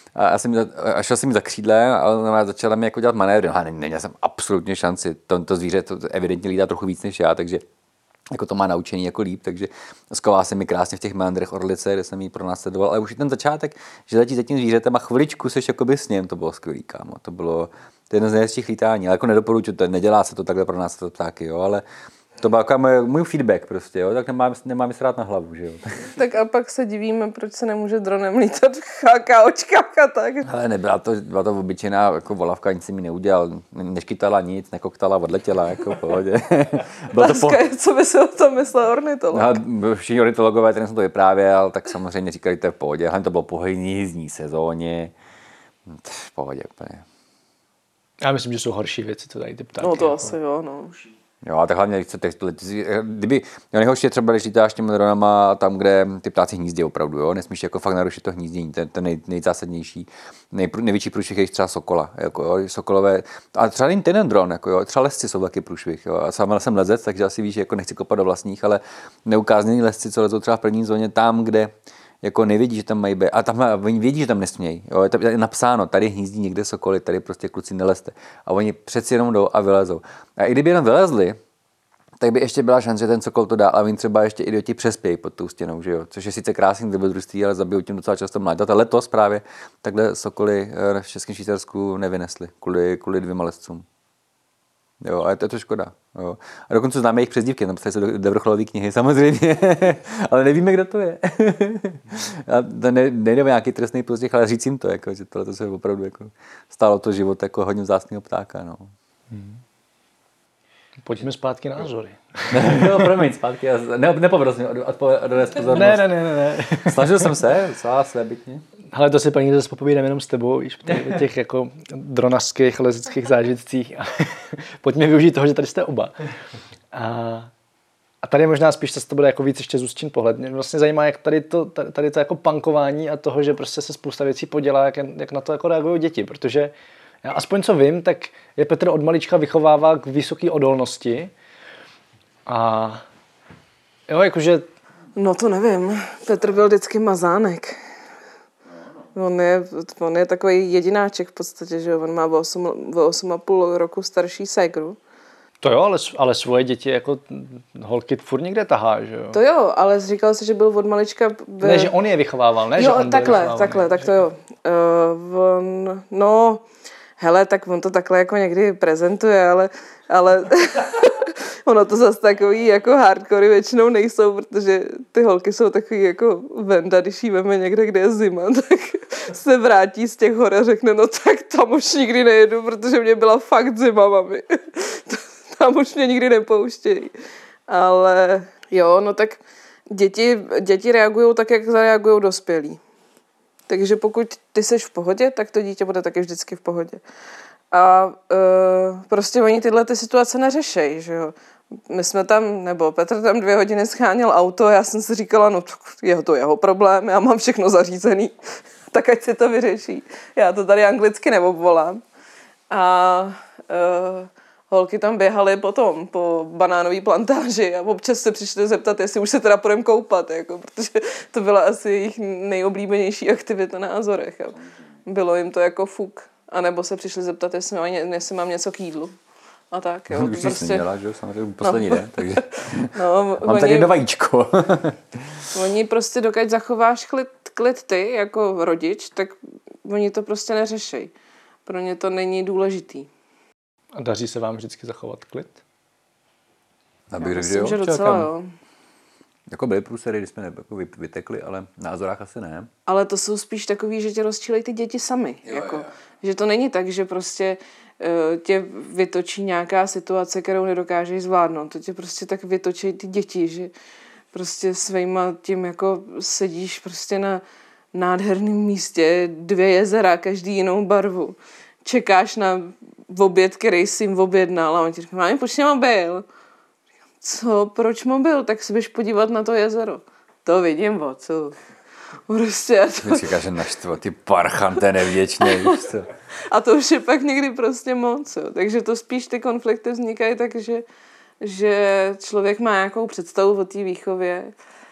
A šel jsem jí za křídlem a ona začala mi jako dělat manévry. No, neměl jsem absolutně šanci. To zvíře to evidentně lítá trochu víc než já, takže jako to má naučení jako líp, takže skovala se mi krásně v těch meandrech Orlice, kde jsem jí pronásledoval, ale už i ten začátek, že letí za tím zvířetem a chviličku seš jakoby s ním, to bylo skvělý, kámo, to bylo jedno z nejhezčích lítání, ale jako nedoporučuji, nedělá se to takhle pro nás to ptáky, jo, ale to byl jako můj feedback prostě, jo, tak nemám se rád na hlavu, že jo. Tak a pak se divíme, proč se nemůže dronem lítat v chákaočkách a tak. Ale byla to obyčejná jako volavka, nic si mi neudělal, neškytala nic, nekoktala, odletěla, jako v pohodě. Co by si o tom myslel ornitolog? Všichni ornitologové, který jsem to vyprávěl, tak samozřejmě říkali, to je v pohodě, hlavně to bylo po jízdní sezóně, v pohodě úplně. Já myslím, že jsou horší věci, co tady ty ptáky. No to jako. Asi jo, no. Jo, a tak hlavně, kdyby, nejhorší je třeba, když lítáš těmi dronama tam, kde ty ptáci hnízdí opravdu, jo, nesmíš jako fakt narušit to hnízdění, ten nejzásadnější, největší průšvih je třeba sokola, jako jo, sokolové, a třeba není ten dron, jako jo, třeba lesci jsou taky průšvih, jo, a sám jsem lezec, takže asi víš, jako nechci kopat do vlastních, ale neukázaný lesci, co lezou třeba v první zóně tam, kde jako nevědí, že tam mají být, a tam oni vědí, že tam nesmějí, jo, je napsáno, tady hnízdí někde sokoly, tady prostě kluci nelezte. A oni přeci jenom jdou a vylezou. A i kdyby jenom vylezli, tak by ještě byla šance, že ten Sokol to dá, a oni třeba ještě idioti přespějí pod tou stěnou, že jo? Což je sice krásný dobrodružství, ale zabijou tím docela často mláďata. Letos právě takhle sokoly v Českém Švýcarsku nevynesli kvůli 2 lescům. Jo, a je to škoda. Jo. A dokonce známe jejich přezdívky, tam se do vrcholové knihy, samozřejmě, ale nevíme, kdo to je. A to nejde o nějaký trestný postih, ale říct jim to, jako, že tohle se opravdu jako, stálo to život jako hodně vzácného ptáka. No. Pojďme zpátky na názory. No, promiň, zpátky. Nepovedl jsem odvést pozornost. Ne. Snažil jsem se, celá svébytně. Hele, to si paní zase popovídám jenom s tebou, víš, o těch jako dronařských, lezeckých zážitcích. Pojďme využít toho, že tady jste oba. A tady možná spíš se to bude jako víc ještě z ústčin pohled. Mě vlastně zajímá, jak tady to jako punkování a toho, že prostě se spousta věcí podělá, jak na to jako reagují děti, protože já aspoň co vím, tak je Petr od malička vychovává k vysoké odolnosti. A jo, jakože... No to nevím. Petr byl vždycky mazánek. On je takový jedináček v podstatě, že jo. On má o 8,5 roku starší ségru. To jo, ale svoje děti jako holky furt někde tahá, že jo. To jo, ale říkal se, že byl od malička... Ne, že on je vychovával, ne, jo, že on takhle, tak to jo. Hele, tak on to takhle jako někdy prezentuje, ale ono to zase takový jako hardcory většinou nejsou, protože ty holky jsou takový jako Venda, když jí veme někde, kde je zima, tak se vrátí z těch hor a řekne, no tak tam už nikdy nejedu, protože mě byla fakt zima, mami. Tam už mě nikdy nepouštějí. Ale jo, no tak děti reagují tak, jak zareagují dospělí. Takže pokud ty seš v pohodě, tak to dítě bude taky vždycky v pohodě. A prostě oni tyhle ty situace neřešejí, že jo. My jsme tam, nebo Petr tam 2 hodiny scháněl auto, já jsem si říkala, no je to jeho problém, já mám všechno zařízený, tak ať si to vyřeší. Já to tady anglicky neobvolám. A holky tam běhaly potom po banánové plantáži a občas se přišli zeptat, jestli už se teda půjdeme koupat, jako, protože to byla asi jejich nejoblíbenější aktivita na Azorech. Jo. Bylo jim to jako fuk. A nebo se přišli zeptat, jestli mám něco k jídlu. A tak, jo. Už prostě... jsi měla, že jo, samozřejmě poslední den, takže mám tady jedno vajíčko. Oni prostě, dokud zachováš klid ty, jako rodič, tak oni to prostě neřešejí. Pro ně to není důležitý. A daří se vám vždycky zachovat klid? Myslím, že docela, jo. Jako byly průsery, kdy jsme jako vytekli, ale na Azorách asi ne. Ale to jsou spíš takový, že tě rozčílejí ty děti sami. Jo. Že to není tak, že prostě tě vytočí nějaká situace, kterou nedokážeš zvládnout. To tě prostě tak vytočí ty děti, že prostě svýma tím jako sedíš prostě na nádherném místě, 2 jezera, každý jinou barvu. Čekáš na oběd, který jsi jim objednal a on ti říká, mámi, počně mobil. Co, proč mobil? Tak si běž podívat na to jezero. To vidím, co. Prostě. Ty říkáš, že naštvo, ty parchante nevděčný. A to už je pak někdy prostě moc. Jo. Takže to spíš ty konflikty vznikají tak, že člověk má nějakou představu o té výchově,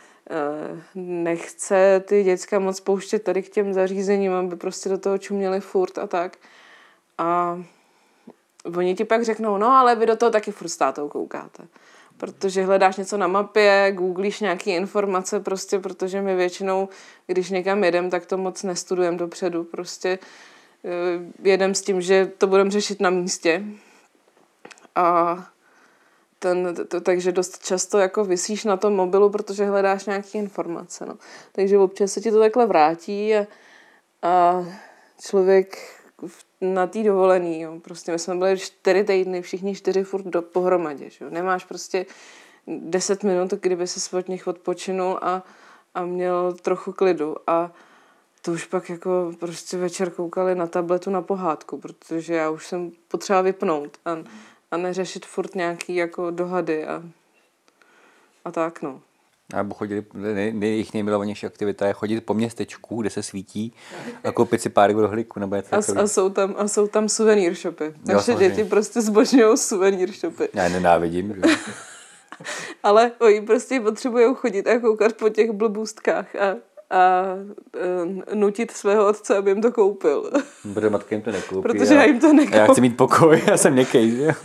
nechce ty děcka moc pouštět tady k těm zařízením, aby prostě do toho čuměli furt a tak. A oni ti pak řeknou, no ale vy do toho taky furt s tátou koukáte. Protože hledáš něco na mapě, googlíš nějaké informace, prostě, protože my většinou, když někam jedem, tak to moc nestudujeme dopředu. Prostě jedem s tím, že to budeme řešit na místě. A takže dost často jako visíš na tom mobilu, protože hledáš nějaké informace. No. Takže občas se ti to takhle vrátí a člověk na té dovolený, jo. Prostě my jsme byli 4 týdny, všichni 4 furt pohromadě. Že? Nemáš prostě 10 minut, kdyby se od nich odpočinul a měl trochu klidu. A to už pak jako prostě večer koukali na tabletu na pohádku, protože já už jsem potřeba vypnout a neřešit furt nějaký jako dohady a tak, no. Nebo chodili, jejich nejmilovanější aktivita je chodit po městečku, kde se svítí a koupit si párek rohlíku nebo něco takového. A jsou tam suvenýr shopy. Naše děti prostě zbožňují suvenýr shopy. Já nenávidím, že? Ale oni prostě potřebují chodit a koukat po těch blbůstkách a nutit svého otce, aby jim to koupil. Protože matka jim to nekoupí. Protože já jim to nekoupím. A já chci mít pokoj, já jsem někej, že jo?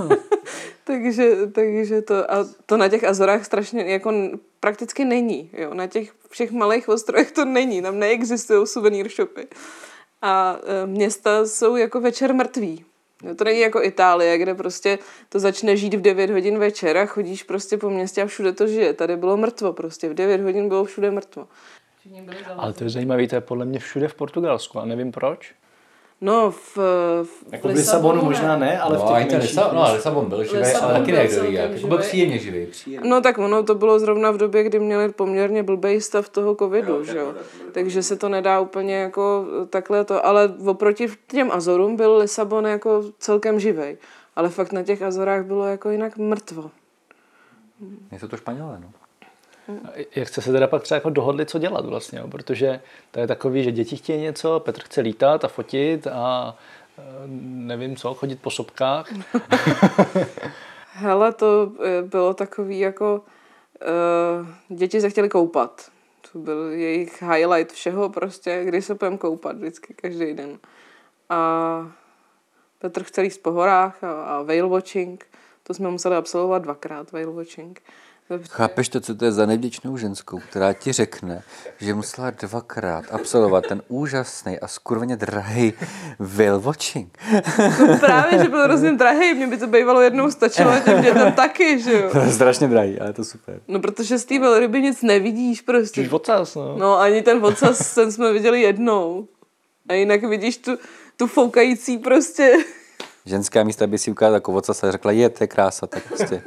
takže to na těch Azorách strašně jako prakticky není. Jo. Na těch všech malých ostrovech to není. Tam neexistují suvenýr shopy. A města jsou jako večer mrtví. No, to není jako Itálie, kde prostě to začne žít v 9 hodin večer a chodíš prostě po městě a všude to žije. Tady bylo mrtvo prostě. V 9 hodin bylo všude mrtvo. Ale to je zajímavé, to je podle mě všude v Portugalsku a nevím proč. No, jako v Lisabonu možná ne, ale v těch menších. Lisabon byl živý, ale taky ne, kdo ví jak. Jako byl příjemně živý. No tak ono to bylo zrovna v době, kdy měli poměrně blbej stav toho covidu, že jo. Takže se to nedá úplně jako takhle to, ale oproti těm Azorům byl Lisabon jako celkem živej. Ale fakt na těch Azorách bylo jako jinak mrtvo. Jsou to Španělé, no. Jak jste se teda pak třeba jako dohodli, co dělat vlastně, jo? Protože to je takový, že děti chtějí něco, Petr chce lítat a fotit a nevím co, chodit po sopkách. Hele, to bylo takový jako děti se chtěli koupat. To byl jejich highlight všeho prostě, kdy se půjdeme koupat vždycky, každý den. A Petr chce jít po horách a whale watching. To jsme museli absolvovat 2krát, whale watching. Chápeš to, co to je za nevděčnou ženskou, která ti řekne, že musela 2krát absolvovat ten úžasný a skurveně drahý whale watching. No právě, že byl hrozně drahý, mě by to bývalo jednou stačilo, a těm dětem taky, že jo. Strašně drahý, ale to super. No protože z té velryby nic nevidíš prostě. Už ocas, no. No ani ten ocas, ten jsme viděli jednou. A jinak vidíš tu foukající prostě. Ženská místa by si ukázala jako ocas a řekla, to je krása, tak prostě.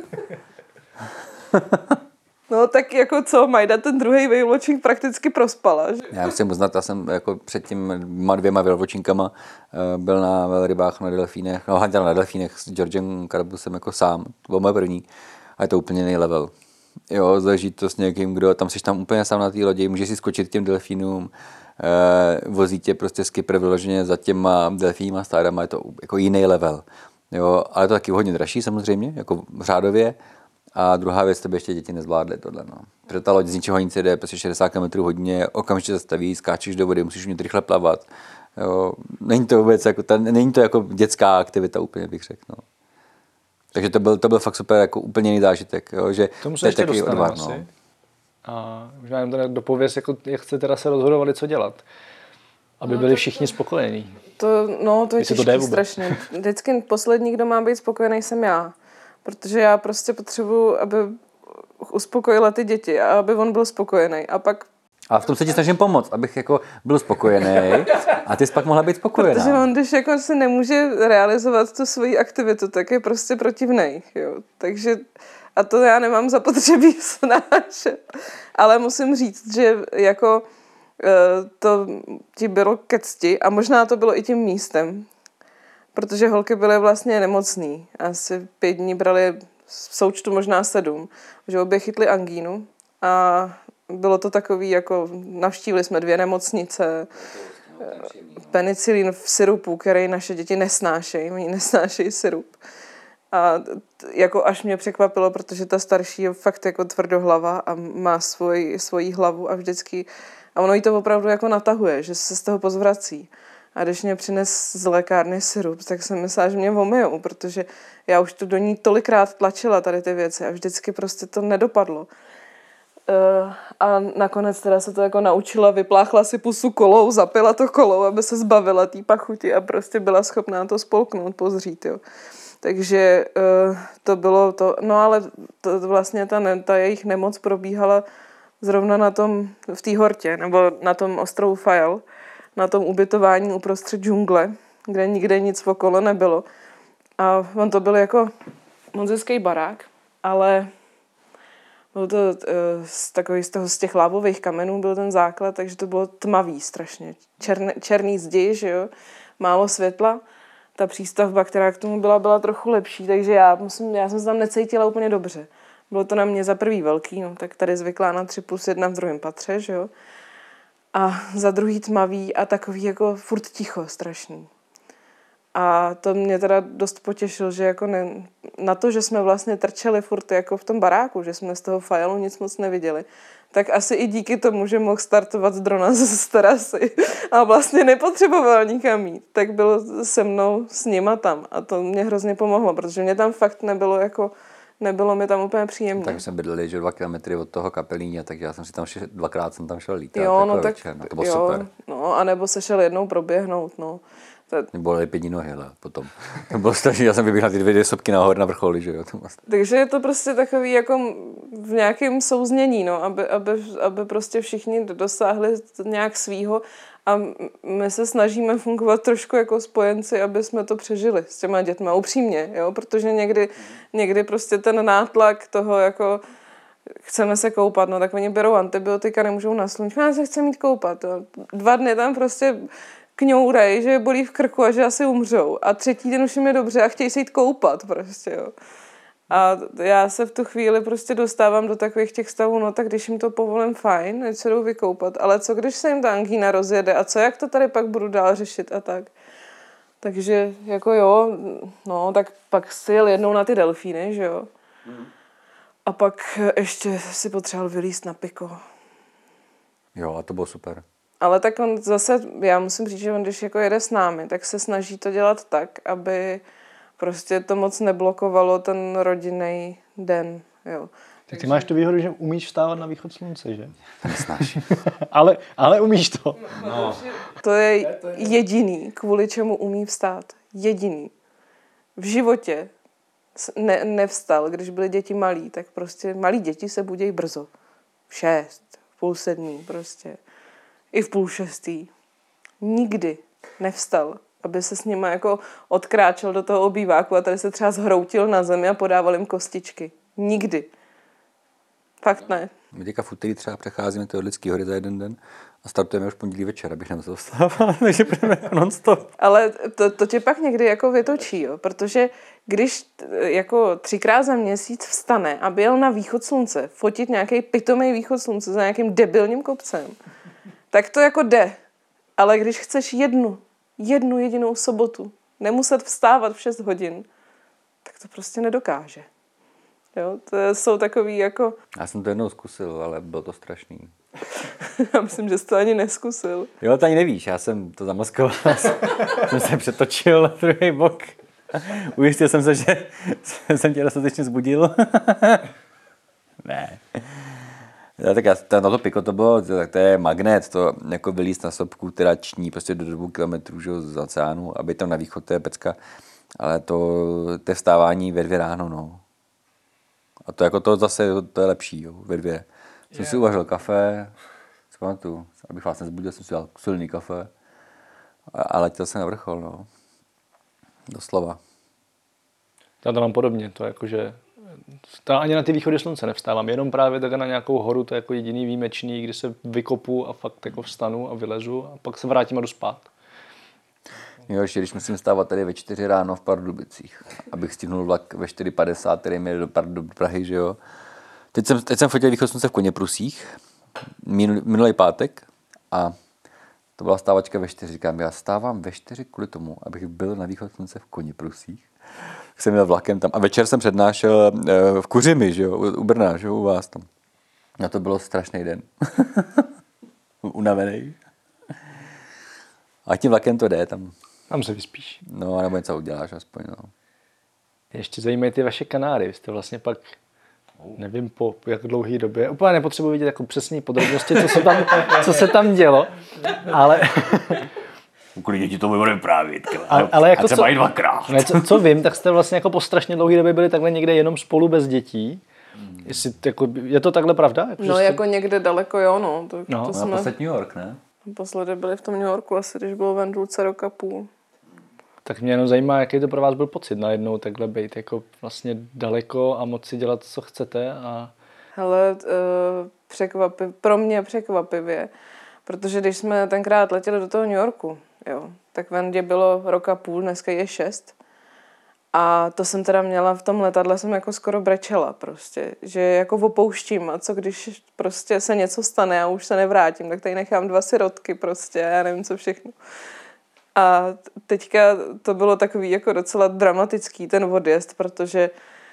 No tak jako co, Majda ten druhý whale watching prakticky prospala. Že? Já musím uznat, já jsem jako před těma 2 whale watchingama byl na velrybách, na delfínech, na delfínech s Georgem Karabusem jako sám, to byl můj první a je to úplně jiný level. Jo, zažít to s někým, kdo tam seš tam úplně sám na té lodi, můžeš si skočit k těm delfínům, vozí tě prostě skipper vyloženě za těma delfínima stádama, je to jako jiný level. Jo, ale to taky hodně dražší samozřejmě, jako řádově. A druhá věc, to by ještě děti nezvládly tohle. No. Protože ta loď z ničeho nic jde, prostě 60 km hodně, okamžitě zastaví, skáčeš do vody, musíš umět rychle plavat. Jo. Není to vůbec jako, není to jako dětská aktivita úplně, bych řekl. No. Takže to byl fakt super, jako úplně jiný zážitek. Jo, že tomu se ještě dostaneme asi. No. A možná jen to dopověz, jako, jak jste teda se rozhodovali, co dělat. Aby byli všichni spokojení. To je těžký strašně. Vždycky poslední, kdo má být spokojený, jsem já. Protože já prostě potřebuji, aby uspokojila ty děti a aby on byl spokojený. A v tom se ti snažím pomoct, abych jako byl spokojený a ty jsi pak mohla být spokojená. Protože on, když jako se nemůže realizovat tu svoji aktivitu, tak je prostě protivnej. Jo. Takže, a to já nemám zapotřebí snášet. Ale musím říct, že jako to ti bylo ke cti a možná to bylo i tím místem. Protože holky byly vlastně nemocný. Asi 5 dní brali v součtu možná 7. Že obě chytly angínu a bylo to takový, jako navštívili jsme 2 nemocnice, penicilin v syrupu, který naše děti nesnášejí. Oni nesnášejí syrup. A jako až mě překvapilo, protože ta starší je fakt jako tvrdohlava a má svoji hlavu a vždycky a ono jí to opravdu jako natahuje, že se z toho pozvrací. A když mě přines z lékárny syrup, tak jsem myslela, že mě omijou, protože já už tu do ní tolikrát tlačila tady ty věci a vždycky prostě to nedopadlo. A nakonec teda se to jako naučila, vypláchla si pusu kolou, zapila to kolou, aby se zbavila té pachuti a prostě byla schopná to spolknout, pozřít, jo. Takže to bylo to, no ale to vlastně ta jejich nemoc probíhala zrovna v té hortě, nebo na tom ostrovu Fajal, na tom ubytování uprostřed džungle, kde nikde nic okolo nebylo. A on to byl jako moc hezký barák, ale byl to z těch lávových kamenů byl ten základ, takže to bylo tmavý strašně. Černý zdi, že jo, málo světla. Ta přístavba, která k tomu byla trochu lepší, takže já jsem se tam necítila úplně dobře. Bylo to na mě za prvý velký, no, tak tady zvyklá na 3+1 v druhém patře, že jo. A za druhý tmavý a takový jako furt ticho strašný. A to mě teda dost potěšilo, že jako na to, že jsme vlastně trčeli furt jako v tom baráku, že jsme z toho fajlu nic moc neviděli, tak asi i díky tomu, že mohl startovat z drona z terasy a vlastně nepotřeboval nikam jít, tak byl se mnou s nima tam a to mě hrozně pomohlo, protože mě tam fakt nebylo mi tam úplně příjemně. Tak jsme bydleli, že 2 kilometry od toho Kapelíně, takže já jsem si tam dvakrát jsem tam šel lítat. Jo, no tak večer, to bylo super. No, anebo se šel jednou proběhnout, no. Mě bolely 5 nohy, ale potom. To bylo strašně, já jsem vyběhl na ty 2 sopky nahoru na vrcholi, že jo. Takže je to prostě takový jako v nějakém souznění, no, aby prostě všichni dosáhli nějak svýho a my se snažíme fungovat trošku jako spojenci, aby jsme to přežili s těma dětma, upřímně, jo, protože někdy prostě ten nátlak toho jako chceme se koupat, no tak oni berou antibiotika, nemůžou na sluníčku, já se chci mít koupat, jo. 2 dny tam prostě kňourej, že je bolí v krku a že asi umřou. A 3. den už jim je dobře a chtějí se jít koupat prostě, jo. A já se v tu chvíli prostě dostávám do takových těch stavů, no tak když jim to povolím, fajn, ať se jdou vykoupat, ale co když se jim ta angína rozjede a co, jak to tady pak budu dál řešit a tak. Takže jako jo, no tak pak si jel jednou na ty delfíny, že jo. A pak ještě si potřeboval vylízt na piko. Jo, a to bylo super. Ale tak on zase, já musím říct, že on když jako jede s námi, tak se snaží to dělat tak, aby prostě to moc neblokovalo ten rodinný den, jo. Tak ty máš tu výhodu, že umíš vstávat na východ slunce, že? Nesnáš. ale umíš to. No. To je jediný, kvůli čemu umí vstát. Jediný. V životě nevstal, když byly děti malí, tak prostě malí děti se budějí brzo. V 6, v 5:30 prostě. I v 5:30. Nikdy nevstal, aby se s nima jako odkráčel do toho obýváku a tady se třeba zhroutil na zemi a podával jim kostičky. Nikdy. Fakt ne. My teďka v úterý třeba přecházíme ty Orlický hory za 1 den a startujeme už pondělí večer, abych nemusel vstávat, takže budeme non-stop. Ale to tě pak někdy jako vytočí, jo? Protože když jako 3krát za měsíc vstane a byl na východ slunce, fotit nějaký pitomý východ slunce za nějakým debilním kopcem, tak to jako jde. Ale když chceš jednu jedinou sobotu nemuset vstávat v 6 hodin, tak to prostě nedokáže. Jo, to jsou takový jako... Já jsem to jednou zkusil, ale bylo to strašný. Já myslím, že jsi to ani neskusil. Jo, to ani nevíš, já jsem to zamaskoval. Jsem se přetočil na druhý bok. Ujistil jsem se, že jsem tě dostatečně zbudil. Ne. Ja, tak na to piko to bylo, tak to je magnet, to jako vylízt na sopku, která ční prostě do 2 kilometrů, že, z oceánu, aby tam na východ, to je pecka. Ale to je vstávání ve 2 ráno, no. A to jako to zase, to je lepší, jo, ve 2. Jsem si uvařil kafe, zpamatuju, abych vás nezbudil, jsem si dal silný kafe a letěl jsem na vrchol, no. Doslova. Já to mám podobně, to jakože ani na ty východy slunce nevstávám, jenom právě tak na nějakou horu, to je jako jediný výjimečný, kdy se vykopu a fakt jako vstanu a vylezu a pak se vrátím a jdu spát. Jo, ještě když musím stávat tady ve 4 ráno v Pardubicích, abych stihnul vlak ve 4:50, který mi jde do Prahy, že jo. Teď jsem fotil východ slunce v Koněprusích, minulý pátek a to byla stávačka ve 4. Říkám, já stávám ve 4 kvůli tomu, abych byl na východ slunce v Koněprusích. Jsem měl vlakem tam a večer jsem přednášel v Kuřimi, že jo, u Brna, že jo, u vás tam. A to bylo strašný den. Unavený. A tím vlakem to jde tam. Tam se vyspíš. No, nebo něco uděláš aspoň, no. Ještě zajímají ty vaše Kanáry. Vy jste vlastně pak, nevím po jak dlouhé době, úplně nepotřebuji vidět jako přesné podrobnosti, co se tam dělo, ale... Kvůli děti to budeme právě, ale jako a třeba i 2krát. Ne, co vím, tak jste vlastně jako po strašně dlouhé době byli takhle někde jenom spolu bez dětí. Jestli, jako, je to takhle pravda? No jako někde daleko, jo, no. To jsme... Posled New York, ne? Naposledy byli v tom New Yorku asi, když bylo ven 1,5 roku. Tak mě jenom zajímá, jaký to pro vás byl pocit najednou takhle být jako vlastně daleko a moci dělat, co chcete. A... Hele, pro mě překvapivě, protože když jsme tenkrát letěli do toho New Yorku, jo, tak ven bylo 1,5 roku, dneska je 6. A to jsem teda měla v tom letadle, jsem jako skoro brečela prostě, že jako opouštím a co když prostě se něco stane a už se nevrátím, tak tady nechám 2 sirotky prostě a já nevím co všechno. A teďka to bylo takový jako docela dramatický ten odjezd, protože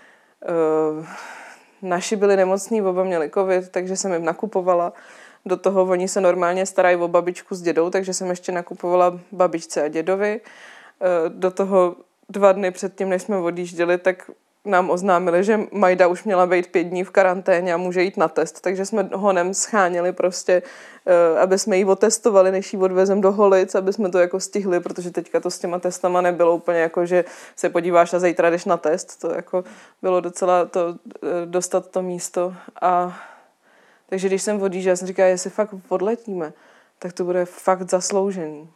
naši byli nemocní, oba měli covid, takže jsem jim nakupovala. Do toho oni se normálně starají o babičku s dědou, takže jsem ještě nakupovala babičce a dědovi. Do toho 2 dny předtím, než jsme odjížděli, tak nám oznámili, že Majda už měla být 5 dní v karanténě a může jít na test, takže jsme honem scháněli prostě, aby jsme ji otestovali, než ji odvezem do Holic, aby jsme to jako stihli, protože teďka to s těma testama nebylo úplně jako, že se podíváš a zítra jdeš na test, to jako bylo docela to dostat to místo. A takže když jsem odjížděla, jsem říkala, jestli fakt odletíme, tak to bude fakt zasloužený.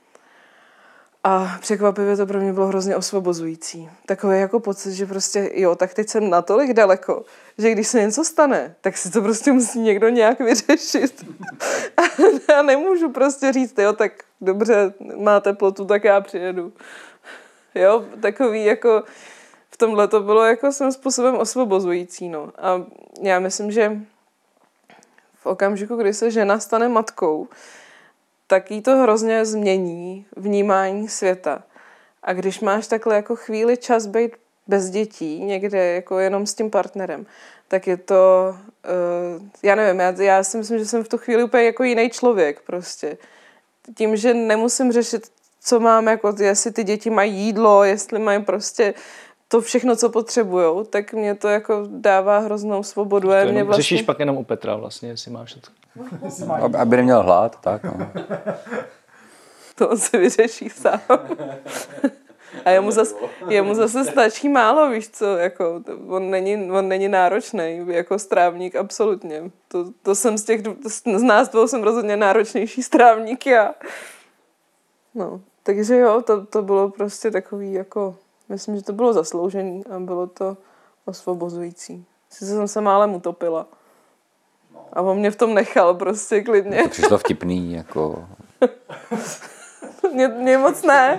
A překvapivě to pro mě bylo hrozně osvobozující. Takový jako pocit, že prostě jo, tak teď jsem natolik daleko, že když se něco stane, tak si to prostě musí někdo nějak vyřešit. A nemůžu prostě říct, jo, tak dobře, má teplotu, tak já přijedu. Jo, takový jako v tomhle to bylo jako svým způsobem osvobozující, no. A já myslím, že v okamžiku, kdy se žena stane matkou, tak jí to hrozně změní vnímání světa. A když máš takhle jako chvíli čas být bez dětí, někde jako jenom s tím partnerem, tak je to, já nevím, já si myslím, že jsem v tu chvíli úplně jako jiný člověk prostě. Tím, že nemusím řešit, co mám, jako jestli ty děti mají jídlo, jestli mají prostě to všechno, co potřebujou, tak mě to jako dává hroznou svobodu. To mě vlastně... Řešíš pak jenom u Petra vlastně, jestli máš to. Aby neměl hlad, tak no. To on se vyřeší sám. A jemu zase stačí málo, víš co, jako, on není náročný jako strávník, absolutně. To jsem z nás dvou jsem rozhodně náročnější strávník já. No, takže jo, to bylo prostě takový jako, myslím, že to bylo zasloužený a bylo to osvobozující. Sice jsem se málem utopila. A on mě v tom nechal prostě klidně. To přišlo vtipný, jako... Mě moc ne.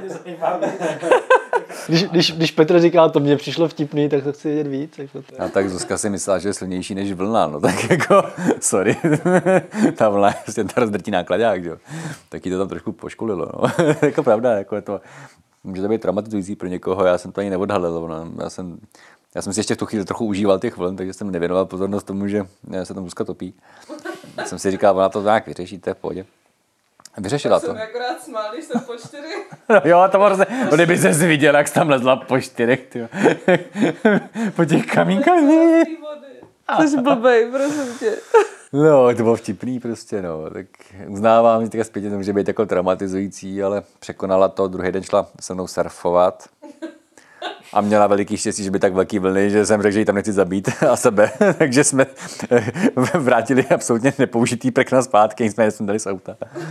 Když Petr říká, to mně přišlo vtipný, tak to chci vědět víc. Jako to. A tak Zuzka si myslela, že je silnější než vlna, no tak jako, sorry, ta vlna je prostě ta rozdrtí nákladák, jo. Taky to tam trošku poškolilo, no. Jako pravda, jako je to, může to být traumatizující pro někoho, já jsem to ani neodhalil, no. Já jsem si ještě v tu chvíli trochu užíval těch vln, takže jsem nevěnoval pozornost tomu, že se tam Zuzka topí. Já jsem si říkal, ona to nějak vyřeší, to je v pohodě. Vyřešila to. Já jsem akorát smál, když jsem po 4. No jo, to bylo kdyby ses viděl, jak jsi tam lezla po 4, tyjo. Po těch kamínkách. Jsi blbej, prosím tě. No, to bylo vtipný prostě, no. Tak uznávám, že teďka zpětně to může být jako traumatizující, ale překonala to, druhý den šla se mnou surfovat. A měla veliký štěstí, že by tak velký vlny, že jsem řekl, že ji tam nechci zabít a sebe. Takže jsme vrátili absolutně nepoužitý prkna zpátky, nicméně jsme dali z auta.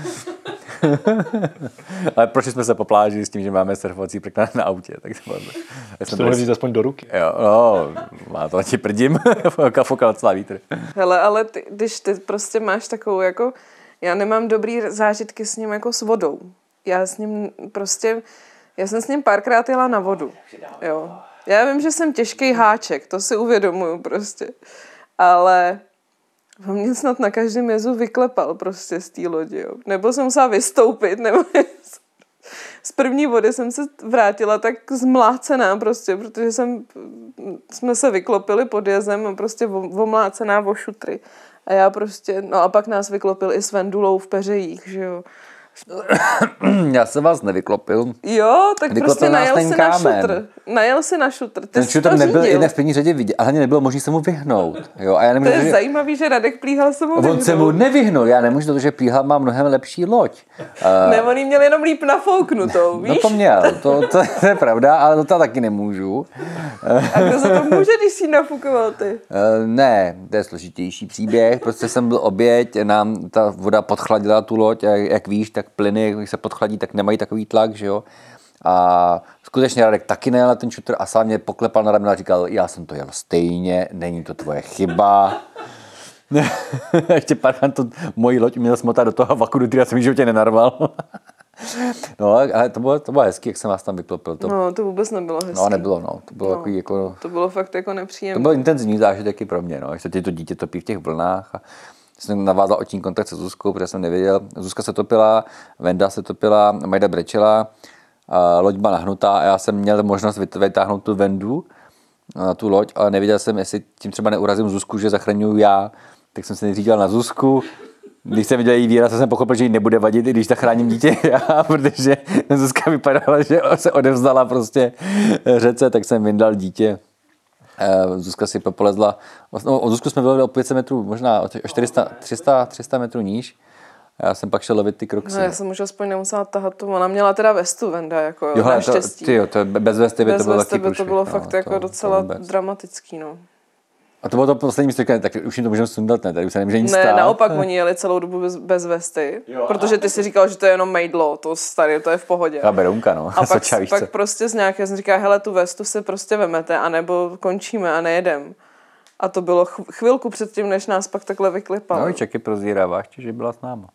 Ale prošli jsme se po pláži s tím, že máme surfovací prkna na autě. Tak to mohli vzít aspoň do ruky. Jo, no, má to ti prdím, fokal celá vítr. Hele, ale když ty prostě máš takovou jako, já nemám dobrý zážitky s ním jako s vodou. Já jsem s ním párkrát jela na vodu. Jo. Já vím, že jsem těžký háček, to si uvědomuju prostě. Ale on mě snad na každém jezu vyklepal prostě z té lodi. Jo. Nebo jsem musela vystoupit, nebo z první vody jsem se vrátila tak zmlácená prostě, protože jsme se vyklopili pod jezem a prostě omlácená o šutry. A já prostě, no a pak nás vyklopil i s Vendulou v Peřejích, že jo. Já jsem vás nevyklopil. Jo, tak vyklopil prostě najel si na šutr. Ten šutr nebyl jednak v první řadě vidět, a hlavně nebylo možné se mu vyhnout. Jo, a já nemůžu, to je zajímavý, že Radek Plíhal se mu vyhnul. On se mu nevyhnul, já nemůžu, protože Plíhal má mnohem lepší loď. Ne, on jí měl jenom líp nafouknutou, víš? No to měl, to je pravda, ale to taky nemůžu. A kdo za to může, když jsi nafukoval ty? Ne, to je složitější příběh, prostě jsem byl oběť, nám ta voda podchladila tu loď, jak víš, tak plyny, když se podchladí, tak nemají takový tlak, že jo. A skutečně Radek taky nejel ten šutr a sám mě poklepal na rameno a říkal, já jsem to jel stejně, není to tvoje chyba. Ještě párkrát to moji loď měl smotat do toho vaku, do kterého jsem v životě nenarval. No, ale to bylo hezký, jak jsem vás tam vyklopil. No, to vůbec nebylo hezký. No, nebylo, no. To bylo takový jako... To bylo fakt jako nepříjemné. To byl intenzivní zážitek i pro mě, no. Jak se ti to dítě topí v těch vlnách a jsem navázal oční kontakt se Zuzkou, protože jsem nevěděl. Zuzka se topila, Venda se topila, Majda brečela, loď byla nahnutá a já jsem měl možnost vytáhnout tu Vendu na tu loď, ale nevěděl jsem, jestli tím třeba neurazím Zuzku, že zachraňuju já. Tak jsem se nejdřív dělal na Zuzku. Když jsem viděl její výraz, jsem pochopil, že jí nebude vadit, i když zachráním dítě já, protože Zuzka vypadala, že se odevzdala prostě řece, tak jsem vyndal dítě. Zuzka si popolezla, o Zuzku jsme byli o 500 metrů, možná o 300 metrů níž. Já jsem pak šel lovit ty kroxy. No, já jsem už aspoň nemusela tahat tu. Ona měla teda vestu, Venda, jako jo, naštěstí. To bez vesty by to bylo taky to bylo fakt jako docela dramatický, no. A to bylo to poslední místo, tak už jim to můžeme sundat, ne? Tady už se nemůže nic stát. Ne, naopak oni jeli celou dobu bez vesty, protože ty si říkal, že to je jenom mejdlo, to starý, to je v pohodě. A berounka, no. A pak prostě z nějaké jsem říkala, hele, tu vestu si prostě vemete, anebo končíme a nejedem. A to bylo chvilku předtím, než nás pak takhle vyklipal. No i Čeky prozírává, ještě, že byla s náma.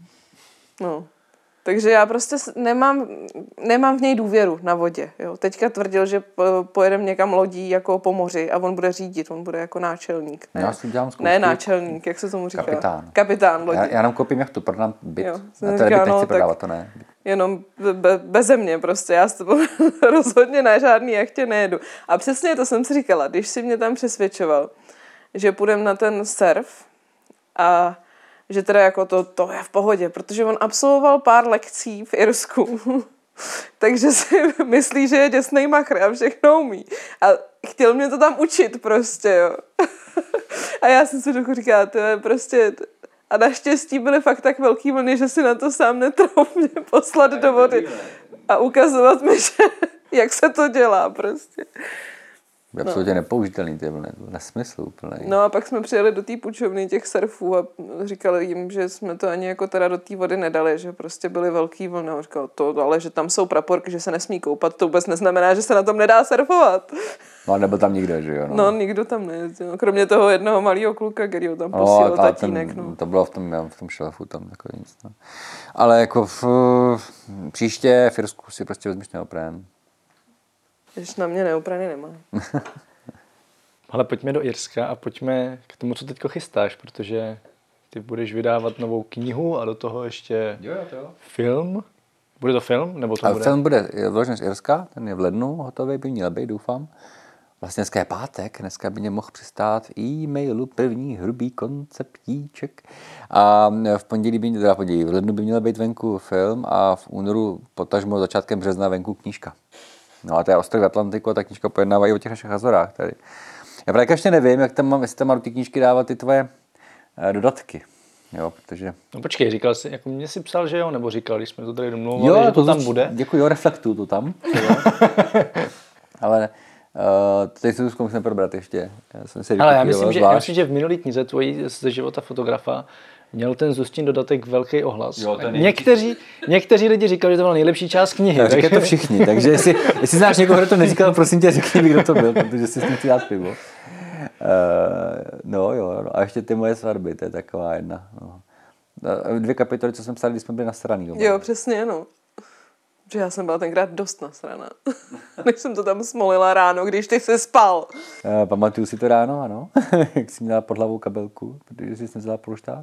No. Takže já prostě nemám v něj důvěru na vodě. Jo. Teďka tvrdil, že pojedeme někam lodí jako po moři a on bude řídit, on bude jako náčelník. Ne, já si dělám zkoušky. Ne náčelník, jak se tomu říká? Kapitán lodí. Já nám koupím jachtu, prodám byt. Jo, a ten byt nechci prodávat, to ne. Jenom beze mě prostě, já s tebou rozhodně na žádný jachtě nejedu. A přesně to jsem si říkala, když si mě tam přesvědčoval, že půjdeme na ten surf a že teda jako to je v pohodě, protože on absolvoval pár lekcí v Irsku, takže si myslí, že je děsnej machr a všechno umí. A chtěl mě to tam učit prostě, jo. A já jsem si dokud říkala, to je prostě... A naštěstí byly fakt tak velký vlny, že si na to sám netrouf mě poslat do vody a ukazovat mi, že jak se to dělá prostě. Absolutně nepoužitelný ty vlny, nesmysl úplný. No a pak jsme přijeli do té půjčovny těch surfů a říkali jim, že jsme to ani jako teda do té vody nedali, že prostě byly velký vlny. A říkal to, ale že tam jsou praporky, že se nesmí koupat, to vůbec neznamená, že se na tom nedá surfovat. No a nebyl tam nikdo, že jo? No nikdo tam nejezdil, kromě toho jednoho malého kluka, který ho tam posílal tatínek. To bylo v tom šelfu, tam takový nic. No. Ale jako příště v Irsku si prostě vezmeš neoprén. Když na mě neoprany nemá. Ale pojďme do Irska a pojďme k tomu, co teďko chystáš, protože ty budeš vydávat novou knihu a do toho ještě film. Bude to film? Nebo to bude? Film bude vložen z Irska, ten je v lednu hotový, by měl být, doufám. Vlastně dneska je pátek, dneska by mě mohl přistát v e-mailu první hrubý konceptíček. A v lednu by měl být venku film a v únoru potažmo začátkem března venku knížka. No a to je Ostrovy Atlantiku a ta knížka pojednávají o těch našich Azorách tady. Já právě ještě nevím, jak tam mám, jestli tam mám do té knížky dávat ty tvoje dodatky. Jo, protože... No počkej, říkal jsi, jako mě si psal, že jo, nebo říkal, když jsme to tady domluvali, že to tam bude? Děkuji, reflektuju to tam. Ale teď si to zkusím probrat ještě. Ale já myslím, že v minulý knize tvojí ze života fotografa měl ten Zuztin dodatek velký ohlas. Jo, někteří lidi říkali, že to byla nejlepší část knihy. Říkají to všichni, takže jestli znáš někoho, kdo to neříkal, prosím tě, řekni mi, kdo to byl, protože si s ním chci dát pivo. No. A ještě ty moje svatby, to je taková jedna. No. 2 kapitoly, co jsem psal, když jsme byli nasraný. Jo, přesně, no. Že já jsem byla tenkrát dost nasraná. Než jsem to tam smolila ráno, když ty jsi spal. Pamatuju si to ráno, ano. Jak jsi měla pod hlavou kabelku, protože jsi vzala polštář.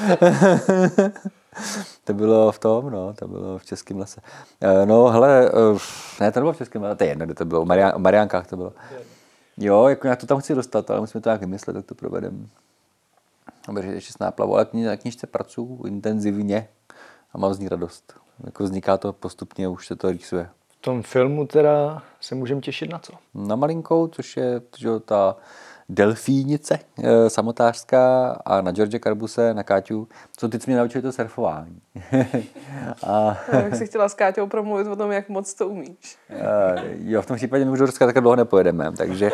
To bylo v tom, no, to bylo v Českém lese. No, hele, ne, to nebylo v Českém lese, to je jedno, kde to bylo, o Mariánkách to bylo. Jo, jako já to tam chci dostat, ale musíme to nějak vymyslet, tak to provedeme. Dobře, ještě s náplavou, ale na knížce pracuji intenzivně a mám z ní radost. Jako vzniká to postupně, už se to rýsuje. V tom filmu teda se můžeme těšit na co? Na malinkou, což je ta delfínice samotářská a na George Carbuse, na Káťu, co ty jsi mě naučili to surfování. Jak jsi chtěla s Káťou promluvit o tom, jak moc to umíš. Jo, v tom případě my už do Ruska tak dlouho nepojedeme, takže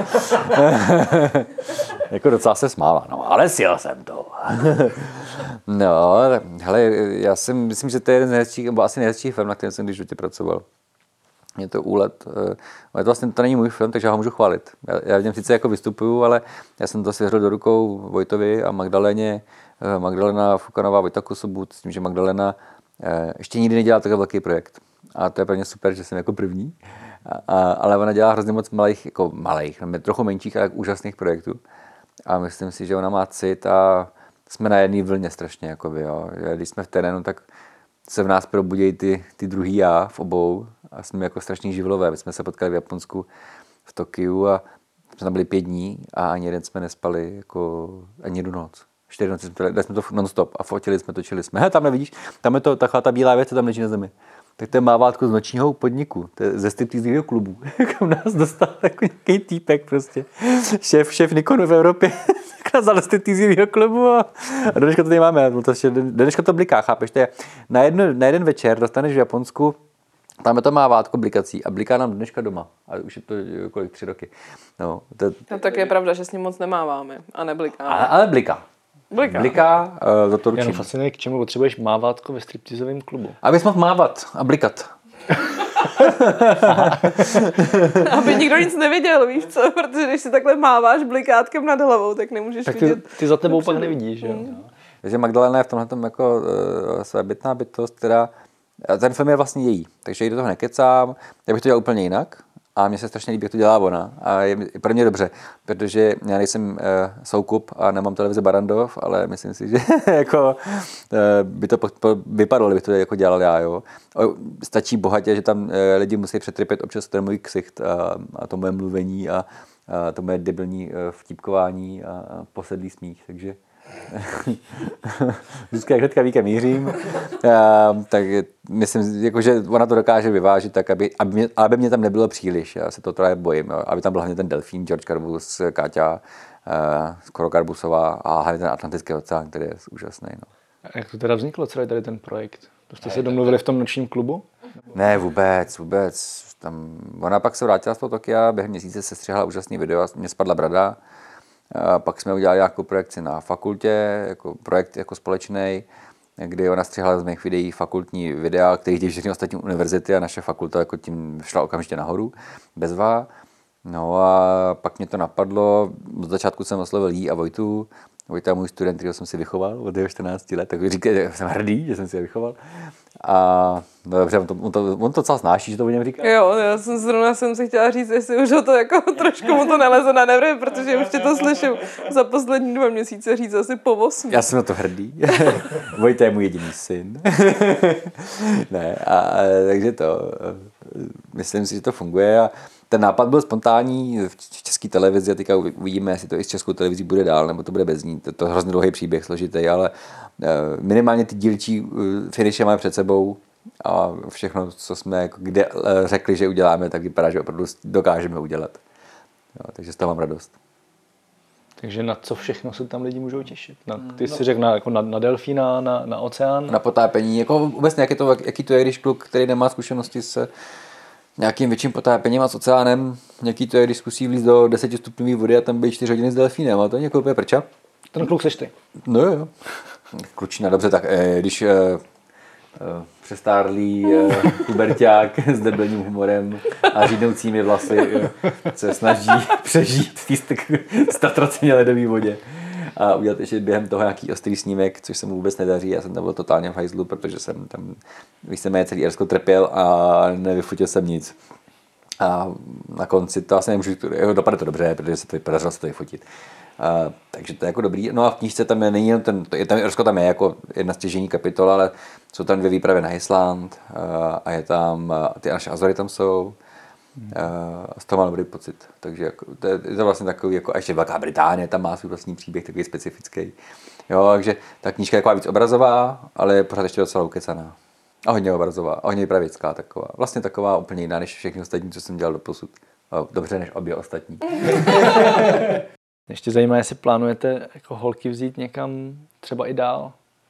jako docela se smála, no, ale sjel jsem to. No, hele, já si myslím, že to je jeden z nejhezčích, nebo asi nejhezčích film, na kterém jsem když životě pracoval. Je to úlet, ale to vlastně to není můj film, takže já ho můžu chválit. Já v něm sice jako vystupuju, ale já jsem to svěřil do rukou Vojtovi a Magdaleně. Magdalena Fukanová, Vojta Kosobut, s tím, že Magdalena ještě nikdy nedělala takový velký projekt. A to je pro mě super, že jsem jako první. Ale ona dělá hrozně moc malých, trochu menších, ale úžasných projektů. A myslím si, že ona má cit a jsme na jedné vlně strašně, jakoby, jo. Když jsme v terénu, tak se v nás probudějí ty druhý já v obou a jsme jako strašní živlové. My jsme se potkali v Japonsku, v Tokiu a jsme tam byli 5 dní a ani jeden jsme nespali, jako ani jednu noc. 4 noci dali jsme to non-stop a fotili jsme, točili jsme. Tam nevidíš, tam je to taková ta bílá věc, co tam leží na zemi. Tak to je mávátko z nočního podniku, to je ze striptýzového klubu. Kam nás dostal takový nějaký týpek prostě. Šéf Nikonu v Evropě. Tak nás dal do striptýzového klubu a do dneška to tady máme. Do dneška to bliká, chápeš? To je na jeden večer dostaneš v Japonsku, tam je to mávátko blikací a bliká nám do dneška doma. A už je to kolik, 3 roky. No, tak je pravda, že s ním moc nemáváme a neblikáme. Ale bliká. Bliká, za to ručím. Jenom fascinuje, k čemu potřebuješ mávátko ve striptizovém klubu. Abys mohl mávat a blikat. Aby nikdo nic neviděl, víš co? Protože když si takhle máváš blikátkem nad hlavou, tak nemůžeš tak vidět. ty za tebou pak nevidíš, jo? Takže Magdalena je v tomhletom jako svébytná bytost, která ten film je vlastně její, takže jí do toho nekecám, já bych to dělal úplně jinak a mně se strašně líbí, jak to dělá ona a je pro mě dobře, protože já nejsem soukup a nemám televize Barandov, ale myslím si, že jako, by to vypadalo, kdybych to jako dělal já. Jo. Stačí bohatě, že tam lidi musí přetrpět občas ten můj ksicht a to moje mluvení a to moje debilní vtípkování a posedlý smích, takže Zuzka, jak hnedka ví, kam mířím, tak myslím, jako, že ona to dokáže vyvážit tak, aby mě tam nebylo příliš. Já se to právě bojím. Jo. Aby tam byl hlavně ten delfín, George Carbus, Káťa, skoro Carbusová a hlavně ten Atlantický oceán, který je úžasný. No. A jak to teda vzniklo celý tady ten projekt? To jste se domluvili v tom nočním klubu? Ne, vůbec. Ona pak se vrátila z toho Tokia, během měsíce se střihla úžasný video, mě spadla brada. A pak jsme udělali nějakou projekci na fakultě, jako projekt jako společný, kdy ona střihla z mých videí fakultní videa, který dějí všechny ostatní univerzity a naše fakulta jako tím šla okamžitě nahoru, bezva. No a pak mě to napadlo, od začátku jsem oslovil jí a Vojtu. Vojta je můj student, kterého jsem si vychoval od jeho 14 let, tak říkám, že jsem hrdý, že jsem si je vychoval. A no dobře, on to celá snáší, že to o něm říká. Jo, já jsem si chtěla říct, jestli už ho to jako trošku mu to neleze na nervy, protože už tě to slyším za poslední 2 měsíce říct asi po 8. Já jsem na to hrdý. Vojta je můj jediný syn. Ne, takže to, myslím si, že to funguje a ten nápad byl spontánní v české televizi a teďka uvidíme, jestli to i s českou televizí bude dál, nebo to bude bez ní. To je hrozně dlouhý příběh, složitý, ale minimálně ty dílčí finiše máme před sebou a všechno, co jsme jako kde řekli, že uděláme, tak vypadá, že opravdu dokážeme udělat. Jo, takže z toho mám radost. Takže na co všechno se tam lidi můžou těšit? Ty jsi řekl jako na delfína, na oceán? Na potápění. Jako vůbec jaký to je, když kluk, který nemá zkušenosti s nějakým větším potápěním a s oceánem, jaký to je, když zkusí vlízt do 10 stupňové vody a tam být 4 hodiny s delfínem, a to je jako úplně prča. Ten kluk seš ty. No jo. Klučina, dobře, tak když přestárlý puberťák s debilním humorem a řídnoucími vlasy se snaží přežít v té statroceně ledové vodě a udělat ještě během toho nějaký ostrý snímek, což se mu vůbec nedaří. Já jsem tam byl totálně v hajzlu, protože jsem tam víceméně celý Ersko trpěl a nevyfotil jsem nic. A na konci to asi nemůžu, dopadne to dobře, protože se to podařilo se to vyfotit. Takže to je jako dobrý. No a v knížce tam není jenom Irsko tam je jako jedna stěžejní kapitola, ale jsou tam 2 výpravy na Island a je tam, ty naše Azory tam jsou. Z toho mám dobrý pocit. Takže jako, to je vlastně takový, jako, a ještě Velká Británie tam má svůj vlastní příběh, takový specifický. Jo, takže ta knížka je taková víc obrazová, ale je pořád ještě docela ukecaná. A hodně obrazová, a hodně pravěcká taková. Vlastně taková úplně jiná než všechny ostatní, co jsem dělal doposud. Dobře než obě ostatní. Ještě zajímá, jestli plánujete jako holky vzít někam třeba i dál?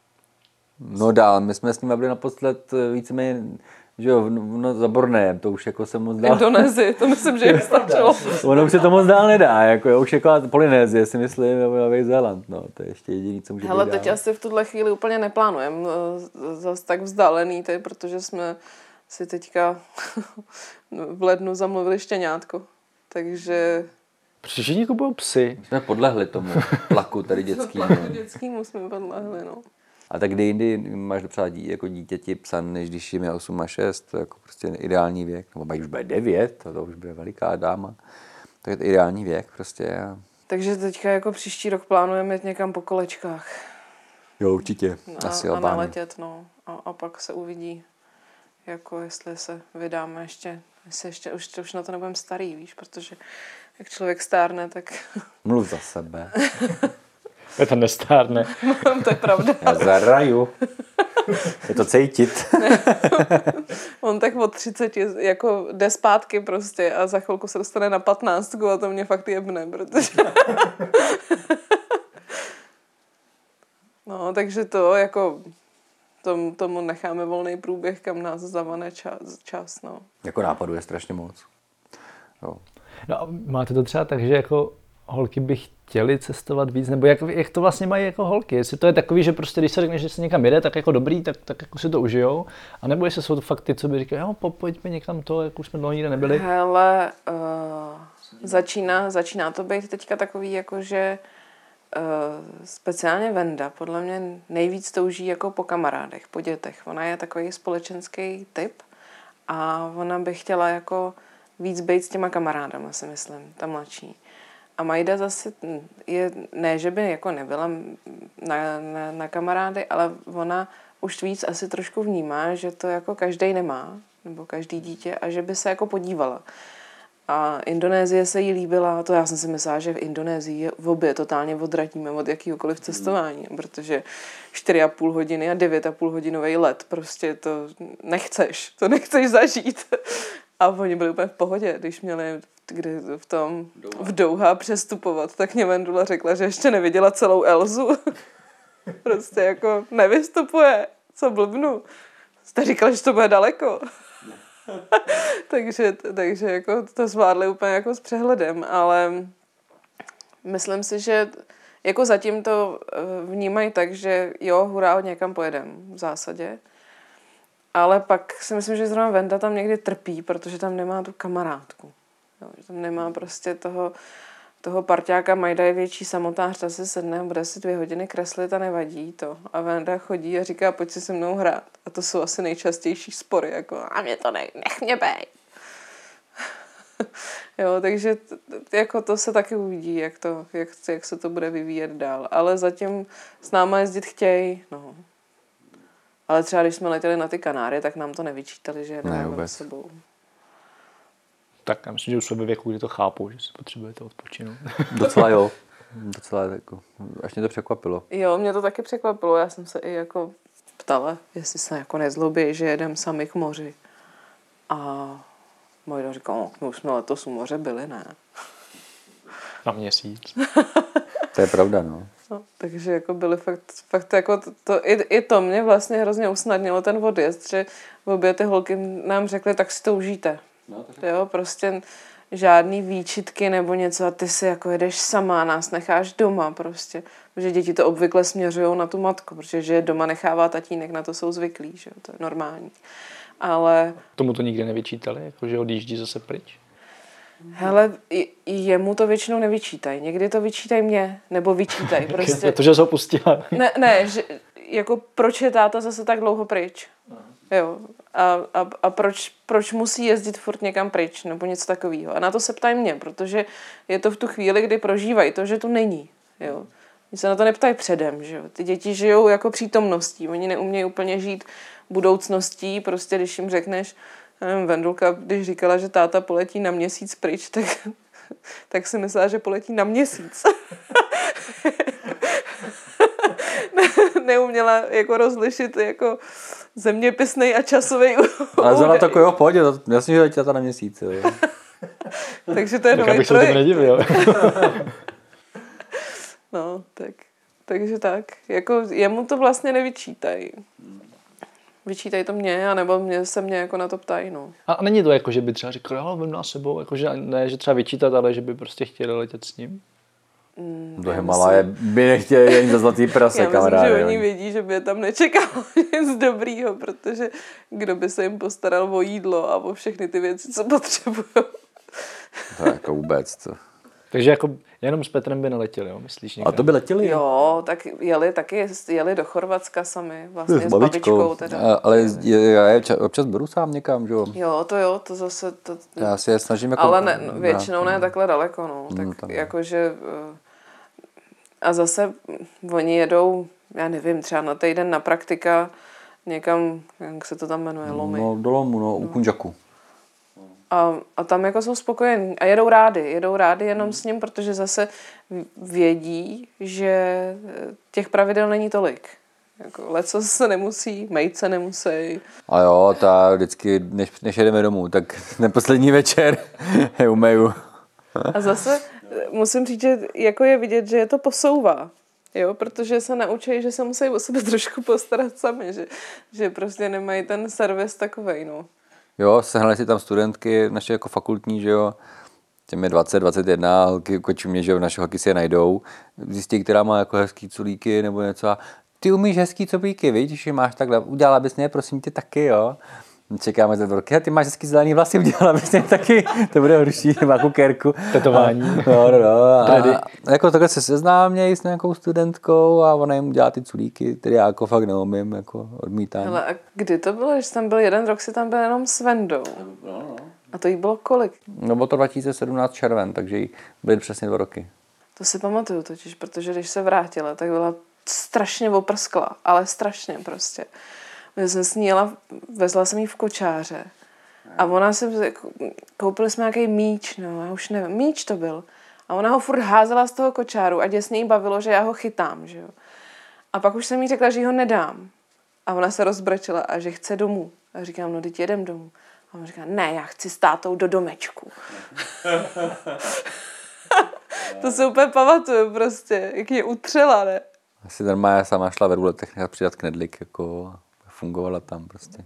No dál, my jsme s ním byli naposled víceméně, že jo, no za Borném, to už jako se moc dál... Indonésii, to myslím, že jim stačilo. Ono už se to moc dál nedá, jako jo, už jako Polynézie si myslím, nebo Nový Zéland, no, to je ještě jediný, co může být dál. Teď asi v tuhle chvíli úplně neplánujeme zas tak vzdálený, protože jsme si teďka v lednu zamluvili štěňátko, takže... Protože všichni kupují psy. Jsme podlehli tomu tlaku tady dětskýmu. Dětskýmu jsme podlehli, no. A tak kdy jindy máš dopřát jako dítěti psa, než když jim je 8 a 6, to je jako prostě ideální věk. Nebo mají už bude 9, to už bude veliká dáma. To je to ideální věk prostě. Takže teďka jako příští rok plánujeme jít někam po kolečkách. Jo, určitě. Asi a Albánie. naletět, no. A pak se uvidí, jako jestli se vydáme ještě už na to nebudeme starý, víš, protože jak člověk stárne, tak... Mluv za sebe. Je to nestárne. To je pravda. Já zaraju. Je to cítit. On tak od 30 jako jde zpátky prostě a za chvilku se dostane na 15 a to mě fakt jebne, protože... No, takže to jako... Tomu necháme volný průběh, kam nás zavane čas, no. Jako nápadů je strašně moc. Jo. No a máte to třeba tak, že jako holky by chtěly cestovat víc, nebo jak to vlastně mají jako holky? Jestli to je takový, že prostě když se řekne, že se někam jede, tak jako dobrý, tak jako si to užijou, anebo jestli jsou to fakt ty, co by říkají, jo, pojďme někam to, jak už jsme dlouho nikde nebyli. Hele, začíná to být teďka takový, jako že speciálně Venda podle mě nejvíc touží jako po kamarádech, po dětech. Ona je takový společenský typ a ona by chtěla jako víc být s těma kamarádama, si myslím, ta mladší. A Majda zase je, ne, že by jako nebyla na kamarády, ale ona už víc asi trošku vnímá, že to jako každý nemá, nebo každý dítě, a že by se jako podívala. A Indonésie se jí líbila, to já jsem si myslela, že v Indonésii v obě totálně odradíme od jakýhokoliv cestování, protože 4,5 hodiny a 9,5 hodinový let, prostě to nechceš zažít. A oni byli úplně v pohodě, když měli kdy v Douha přestupovat, tak mě Vendula řekla, že ještě neviděla celou Elzu. Prostě jako nevystupuje, co blbnu. Jste říkala, že to bude daleko. takže jako to zvládli úplně jako s přehledem, ale myslím si, že jako zatím to vnímají tak, že jo, hurá, někam pojedem v zásadě. Ale pak si myslím, že zrovna Venda tam někdy trpí, protože tam nemá tu kamarádku. Jo, že tam nemá prostě toho parťáka. Majda je větší samotář, ta si sedne, bude si 2 hodiny kreslit a nevadí to. A Venda chodí a říká, pojď si se mnou hrát. A to jsou asi nejčastější spory, jako a mě to nech mě bej. Jo, takže jako to se taky uvidí, jak se to bude vyvíjet dál. Ale zatím s náma jezdit chtějí, no. Ale třeba když jsme letěli na ty Kanáry, tak nám to nevyčítali, že jedeme s sebou. Tak já myslím, že už jsou ve věku, kdy to chápou, že si potřebujete odpočinout. Docela jo. Docela jako, až mě to překvapilo. Jo, mě to taky překvapilo. Já jsem se i jako ptala, jestli se jako nezlobí, že jedem sami k moři. A Mojda říkal, my už jsme letos u moře byli, ne? Na měsíc. To je pravda, no. No, takže jako byly fakt jako i to mě vlastně hrozně usnadnilo ten odjezd, že obě ty holky nám řekly, tak si to užijte. No, jo, prostě žádný výčitky nebo něco a ty si jako jedeš sama, nás necháš doma prostě, protože děti to obvykle směřují na tu matku, protože je doma nechává tatínek, na to jsou zvyklí, že jo, to je normální. Ale... Tomu to nikdy nevyčítali, jako že odjíždí zase pryč? Hele, jemu to většinou nevyčítají. Někdy to vyčítají mě, nebo vyčítají prostě. Protože se ho pustila. Ne, že, jako proč je táta zase tak dlouho pryč? Jo. A proč musí jezdit furt někam pryč, nebo něco takového. A na to se ptají mě, protože je to v tu chvíli, kdy prožívají to, že tu není. Jo. Oni se na to neptají předem, že jo. Ty děti žijou jako přítomností. Oni neumějí úplně žít budoucností, prostě když jim řekneš, nevím, Vendulka, když říkala, že táta poletí na měsíc pryč, tak si myslela, že poletí na měsíc. Neuměla jako rozlišit jako zeměpisnej a časový údaj. Ale zrovna to jako v pohodě, jasně, že letí táta na měsíc. Jo. Takže to je nový abych projekt. se to nedivil. No, takže tak. Jako jemu to vlastně nevyčítají. Vyčítají to mě, anebo se mě jako na to ptají, no. A není to jako, že by třeba říkali, jo, vem nás sebou, jako, že ne, že třeba vyčítat, ale že by prostě chtěli letět s ním? Do Himalaje by nechtěli jen za zlatý prase, kamaráde. Já myslím, že oni vědí, že by je tam nečekalo nic dobrýho, protože kdo by se jim postaral o jídlo a o všechny ty věci, co potřebují. To je jako vůbec to. Takže jako jenom s Petrem by neletěli, jo, myslíš někam? A to by letěli? Jo, tak jeli do Chorvatska sami, vlastně s babičkou teda. Ale já občas beru sám někam, že jo? Jo, to zase... Já si je snažím jako... Ale ne, většinou ne takhle daleko, no. Tak jakože... A zase oni jedou já nevím, třeba na týden na praktika někam, jak se to tam jmenuje, Lomy. No, do Lomu, no, u Kunžaku. A tam jako jsou spokojení a jedou rádi jenom s ním, protože zase vědí, že těch pravidel není tolik. Jako leco se nemusí, mejt se nemusí. A jo, ta vždycky, než jedeme domů, tak ten poslední večer je umeju. A zase musím říct, že jako je vidět, že je to posouvá. Jo, protože se naučí, že se musí o sebe trošku postarat sami, že prostě nemají ten servis takovej, no. Jo, sehnali si tam studentky naše jako fakultní, že jo, těm je 20, 21, holky kočí mě, že jo, naše holky si je najdou, zjistí, která má jako hezký culíky nebo něco a ty umíš hezký culíky, víš, že máš takhle, udělala bys mě, prosím tě, taky, jo. Čekáme za 2 roky, a ty máš hezký zelený vlasy, udělala bys mě taky, to bude horší, má kukérku. Tetování. No. A jako takhle se seznámějí s nějakou studentkou a ona jim udělá ty culíky, které já jako fakt neumím, jako odmítám. Hele, a kdy to bylo, že jsi tam byl 1 rok, si tam byl jenom s Vendou? No. A to jí bylo kolik? No bylo to 2017 červen, takže jí byly přesně 2 roky. To si pamatuju totiž, protože když se vrátila, tak byla strašně oprsklá, ale strašně prostě. Já jsem s ní jela, vezla jsem jí v kočáře a ona se, koupili jsme nějaký míč, no, já už nevím, míč to byl. A ona ho furt házela z toho kočáru a děsně jí bavilo, že já ho chytám, že jo. A pak už jsem jí řekla, že jí ho nedám. A ona se rozbrečela a že chce domů. A říkám, no teď jedem domů. A ona říká, ne, já chci s tátou do domečku. To se úplně pamatuju prostě, jak je utřela, ne? Asi normálně sama šla ve 2 letech nechat přidat knedlík, jako fungovala tam prostě.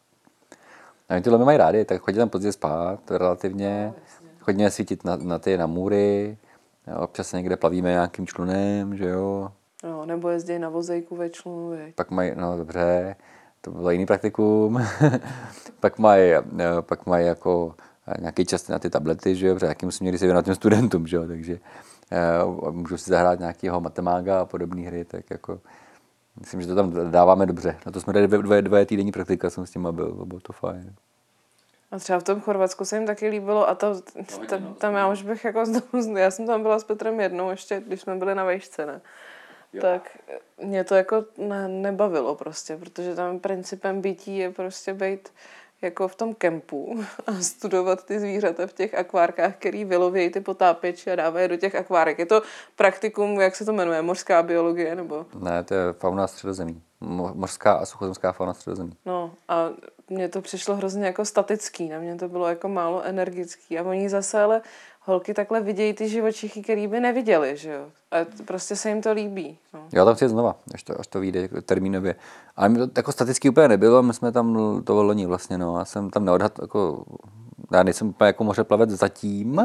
A oni ty Lomy mají rádi, tak chodí tam pozdě spát relativně, chodíme svítit na můry, občas se někde plavíme nějakým člunem, že jo. No, nebo jezdí na vozejku ve člunu, viď. Pak mají, no dobře, to bylo jiný praktikum, pak mají jako nějaký čas na ty tablety, že jo, protože jaký musím někdy se věnovat těm studentům, že jo, takže můžu si zahrát nějakého matemága a podobné hry, tak jako myslím, že to tam dáváme dobře. Na to jsme dali 2 týdenní praktika, jsem s tím byl, bylo to fajn. A třeba v tom Chorvatsku se jim taky líbilo a tam já už bych jako, já jsem tam byla s Petrem jednou ještě, když jsme byli na vejšce, ne? Jo. Tak mě to jako nebavilo prostě, protože tam principem bytí je prostě být jako v tom kempu a studovat ty zvířata v těch akvárkách, který vylovějí ty potápěči a dávají do těch akvárek. Je to praktikum, jak se to jmenuje, mořská biologie, nebo? Ne, to je fauna středozemí. Mořská a suchozemská fauna středozemí. No a mně to přišlo hrozně jako statický, na mě to bylo jako málo energický a oni zase ale holky takhle vidějí ty živočichy, který by neviděli, že jo. A prostě se jim to líbí. No. Já tam chci znova, až to vyjde termínově. Ale mi to jako staticky úplně nebylo, my jsme tam to loni vlastně, no. Já jsem tam neodhad, jako, já nejsem úplně jako mořeplavec zatím.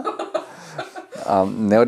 A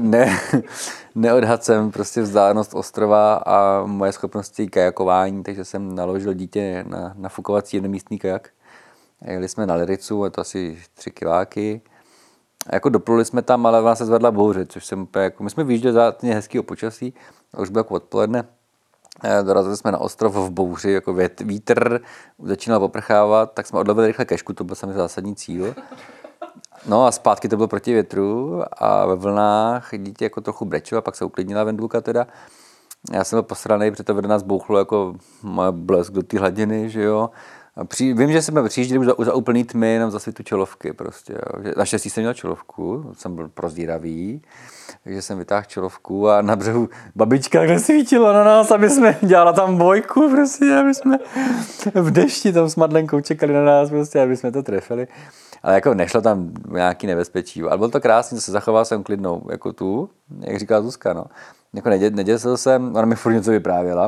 neodhad jsem prostě vzdálenost ostrova a moje schopnosti kajakování, takže jsem naložil dítě na nafukovací jednomístný kajak. Jeli jsme na Liricu, je to asi 3 kiláky. A jako dopluli jsme tam, ale ona se zvedla bouře, což jsem úplně jako, my jsme vyjížděli za hezkého počasí, a už bylo jako odpoledne. Dorazili jsme na ostrov v bouři, jako vítr začínal poprchávat, tak jsme odlovili rychle kešku, to byl samozřejmě zásadní cíl. No a zpátky to bylo proti větru a ve vlnách dítě jako trochu brečelo, pak se uklidnila Vendulka teda. Já jsem byl posranej, protože to vedle nás bouchlo jako moje blesk do té hladiny, že jo. Vím, že jsme přijížděli už za úplný tmy, jenom za světu čelovky prostě. Jo. Naštěstí jsem měl čelovku, jsem byl prozíravý, takže jsem vytáhl čelovku a na břehu babička takhle svítila na nás, aby jsme dělala tam bojku, prostě, aby jsme v dešti tam s Madlenkou čekali na nás, prostě, aby jsme to trefili. Ale jako nešlo tam nějaký nebezpečí. Ale bylo to krásný, se zachoval jsem klidnou, jako tu, jak říká Zuzka, no. Jako neděsil jsem, ona mi furt něco vyprávěla.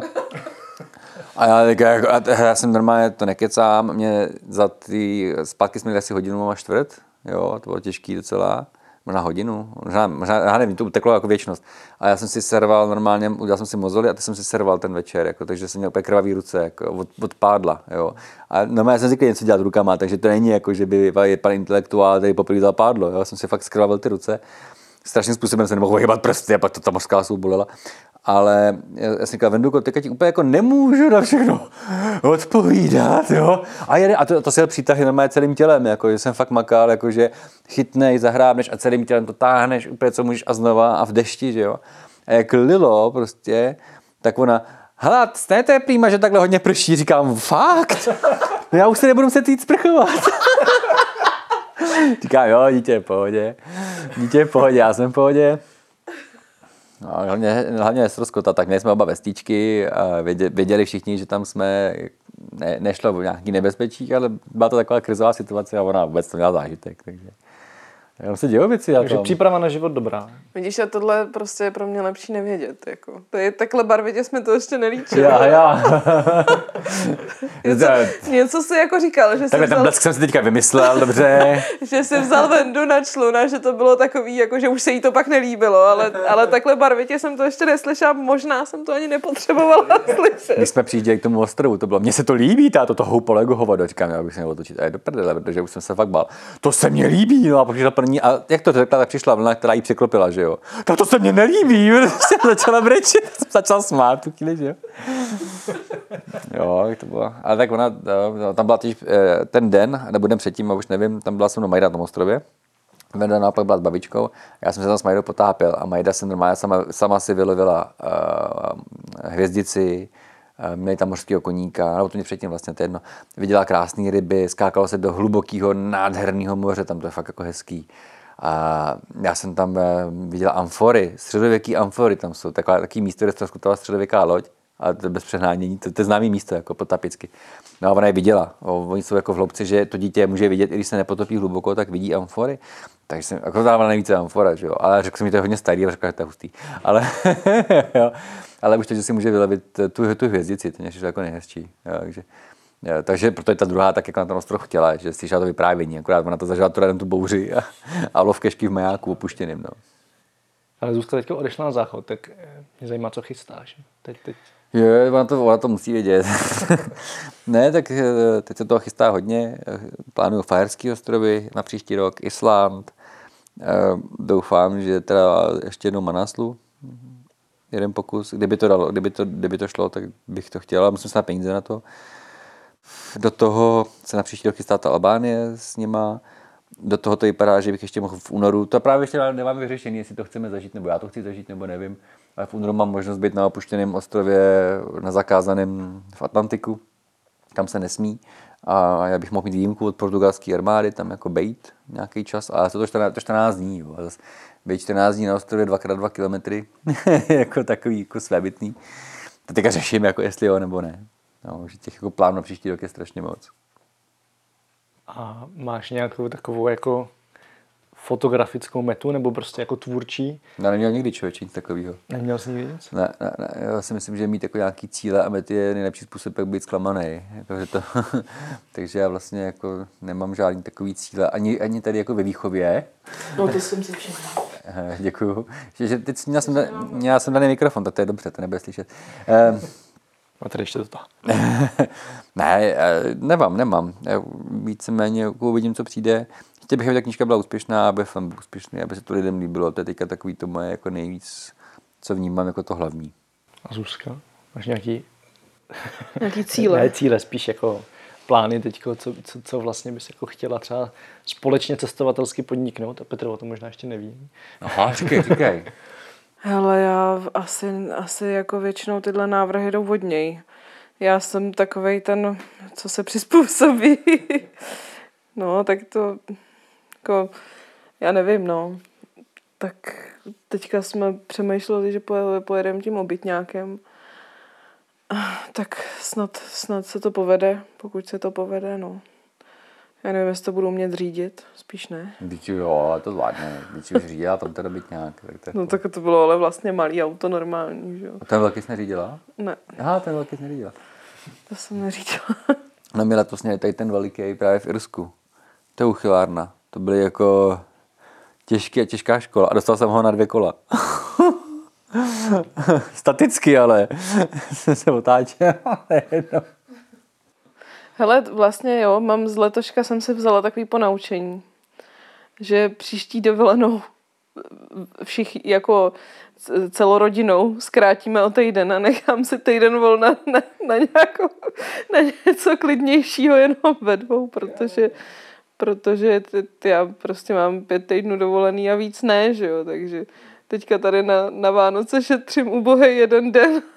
A já jsem normálně to nekecám, mě za ty zpátky jsme měli asi 1,25 hodiny, jo, to bylo těžký docela, možná hodinu, možná, já nevím, to uteklo jako věčnost. A já jsem si serval normálně, udělal jsem si mozoly a teď jsem si serval ten večer, jako, takže jsem měl úplně krvavý ruce, jako, od pádla, jo. A normálně jsem zvyklý něco dělat rukama, takže to není jako, že by pan intelektuál tady poprvé dal pádlo, jo, jsem si fakt skrvavil ty ruce. Strašným způsobem se nemohl hýbat prsty a pak to ta mořská sůl bolela. Ale já jsem říkal, Venduko, teďka ti úplně jako nemůžu na všechno odpovídat, jo. A to se přitahy normálně celým tělem, jako, že jsem fakt makal, jako, že chytnej, zahrábneš a celým tělem to táhneš úplně, co můžeš a znova a v dešti, že jo. A jak lilo prostě, tak ona hele, to je prýma, že takhle hodně prší. Říkám, fakt? No já už se nebudu muset jít sprchovat. Říkám, jo, dítě je v pohodě, já jsem v pohodě. No, hlavně srozkota, tak měli jsme oba vestíčky a věděli všichni, že tam jsme, nešlo o nějaký nebezpečí, ale byla to taková krizová situace a ona vůbec to měla zážitek, takže já se dělou věci. Takže příprava na život dobrá. Vidíš, a tohle prostě je pro mě lepší nevědět. Jako. To je takhle barvitě jsme to ještě nelíčili. Já. Něco si jako říkal, že takhle ten blesk jsem si teďka vymyslel, dobře. že si vzal Vendu na čluna, že to bylo takový, jako že už se jí to pak nelíbilo, ale takhle barvitě jsem to ještě neslyšela, možná jsem to ani nepotřebovala slyšet. Když jsme přijížděli k tomu ostrovu, to bylo, mně se to líbí, táto toho polegu hovado, říkám, já bych se měl otočit, a je do prdele, protože už jsem se fakt bál. To se mně líbí, no a pak přišla první, a jak to řekla, tak přišla vlna, která jí překlopila, že jo. Tak to se mně nelíbí, jsem začala brečet, jsem začal smát tu chvíli, že jo. Jo, jak to bylo. Ale tak ona, tam byla těž, ten den, nebo den předtím, a už nevím, tam byla se mnou Majda na tom ostrově. Venda naopak byla s babičkou, já jsem se tam s Majdou potápěl a Majda se normálně sama si vylovila hvězdici, měli tam mořského koníka, nebo to mě předtím vlastně, to jedno. Viděla krásné ryby, skákalo se do hlubokého, nádherného moře, tam to je fakt jako hezký. A já jsem tam viděl amfory, středověký amfory, tam jsou takový místo, kde se rozkutala středověká loď, a to bez přehnánění, to je známý místo, jako potapicky. No a ona je viděla, oni jsou jako v hloubce, že to dítě může vidět, i když se nepotopí hluboko, tak vidí amfory. Takže jsem, jako dávala nejvíce amfora, že jo, ale řekl jsem mi, to je hodně starý a řekl, že to je hustý. Ale, jo, ale už to, že si může vylovit tu hvězdici, to mě přišlo jako nejhezčí. Jo, takže proto je ta druhá tak jako na ten ostrov chtěla, že slyšela to vyprávění, akorát ona to zažila tu bouři a lovkešky v majáku opuštěným. No. Ale Zuzka teďka odešla na záchod, tak mě zajímá, co chystáš. Teď. Jo, ona to musí vědět. Ne, tak teď se toho chystá hodně. Plánuju Fajerský ostrovy na příští rok, Island. Doufám, že teda ještě jednou Manaslu. Jeden pokus. Kdyby to šlo, tak bych to chtěla. Musím se na peníze na to. Do toho se na příští rok chystá ta Albánie s nima. Do toho to vypadá, že bych ještě mohl v únoru. To právě ještě nemáme vyřešení, jestli to chceme zažít, nebo já to chci zažít, nebo nevím. Ale v únoru mám možnost být na opuštěném ostrově, na zakázaném v Atlantiku, kam se nesmí. A já bych mohl mít výjimku od portugalské armády, tam jako bejt nějaký čas, ale to 14 dní. Jo. Bejt 14 dní na ostrově 2x2 kilometry, jako takový jako svébytný. To teďka řeším, jako jestli jo nebo ne. No, že těch jako plánů na příští rok je strašně moc. A máš nějakou takovou jako fotografickou metu, nebo prostě jako tvůrčí? Já neměl nikdy člověče nic takového. Neměl jsi nikdy nic? Ne, já si myslím, že mít jako nějaký cíle a mety je nejlepší způsob, jak být zklamaný. Takže já vlastně jako nemám žádný takový cíle, ani tady jako ve výchově. No to jsem si všimla. Děkuju. Že teď měl jsem daný mikrofon, tak to je dobře, to nebude slyšet. A tady ještě to. Ne, nemám. Víceméně uvidím, co přijde. Chtěl bych, aby ta knížka byla úspěšná, aby film byl úspěšný, aby se to lidem líbilo. To je teďka takový to moje jako nejvíc, co vnímám jako to hlavní. A Zuzka? Máš nějaký cíle? Ne cíle, spíš jako plány teďko, co vlastně bys jako chtěla třeba společně cestovatelsky podniknout. A Petr o tom možná ještě neví. Aha, říkej. Hele, já asi jako většinou tyhle návrhy jdou od něj. Já jsem takovej ten, co se přizpůsobí. No, tak to, jako, já nevím, no. Tak teďka jsme přemýšleli, že pojedeme tím obytňákem. Tak snad se to povede, pokud se to povede, no. Já nevím, jestli to budu umět řídit, spíš ne. Víč, jo, to zvládne. Víč už řídila, tam teda obytňák. No tak to bylo ale vlastně malý auto normální, že jo. A ten velký jsi neřídila? Ne. Aha, ten velký jsi neřídila. To jsem neřídila. No měla to směli tady ten veliký právě v Irsku. To je uchylárna. To byly jako těžká škola a dostal jsem ho na 2 kola. Staticky, ale jsem se otáčel. Hele, vlastně jo, z letoška jsem si vzala takový ponaučení, že příští dovolenou všichni jako celorodinou zkrátíme o týden a nechám si týden volna na něco klidnějšího jenom ve 2, protože já prostě mám 5 týdnů dovolený a víc ne, že jo, takže teďka tady na Vánoce šetřím ubohej 1 den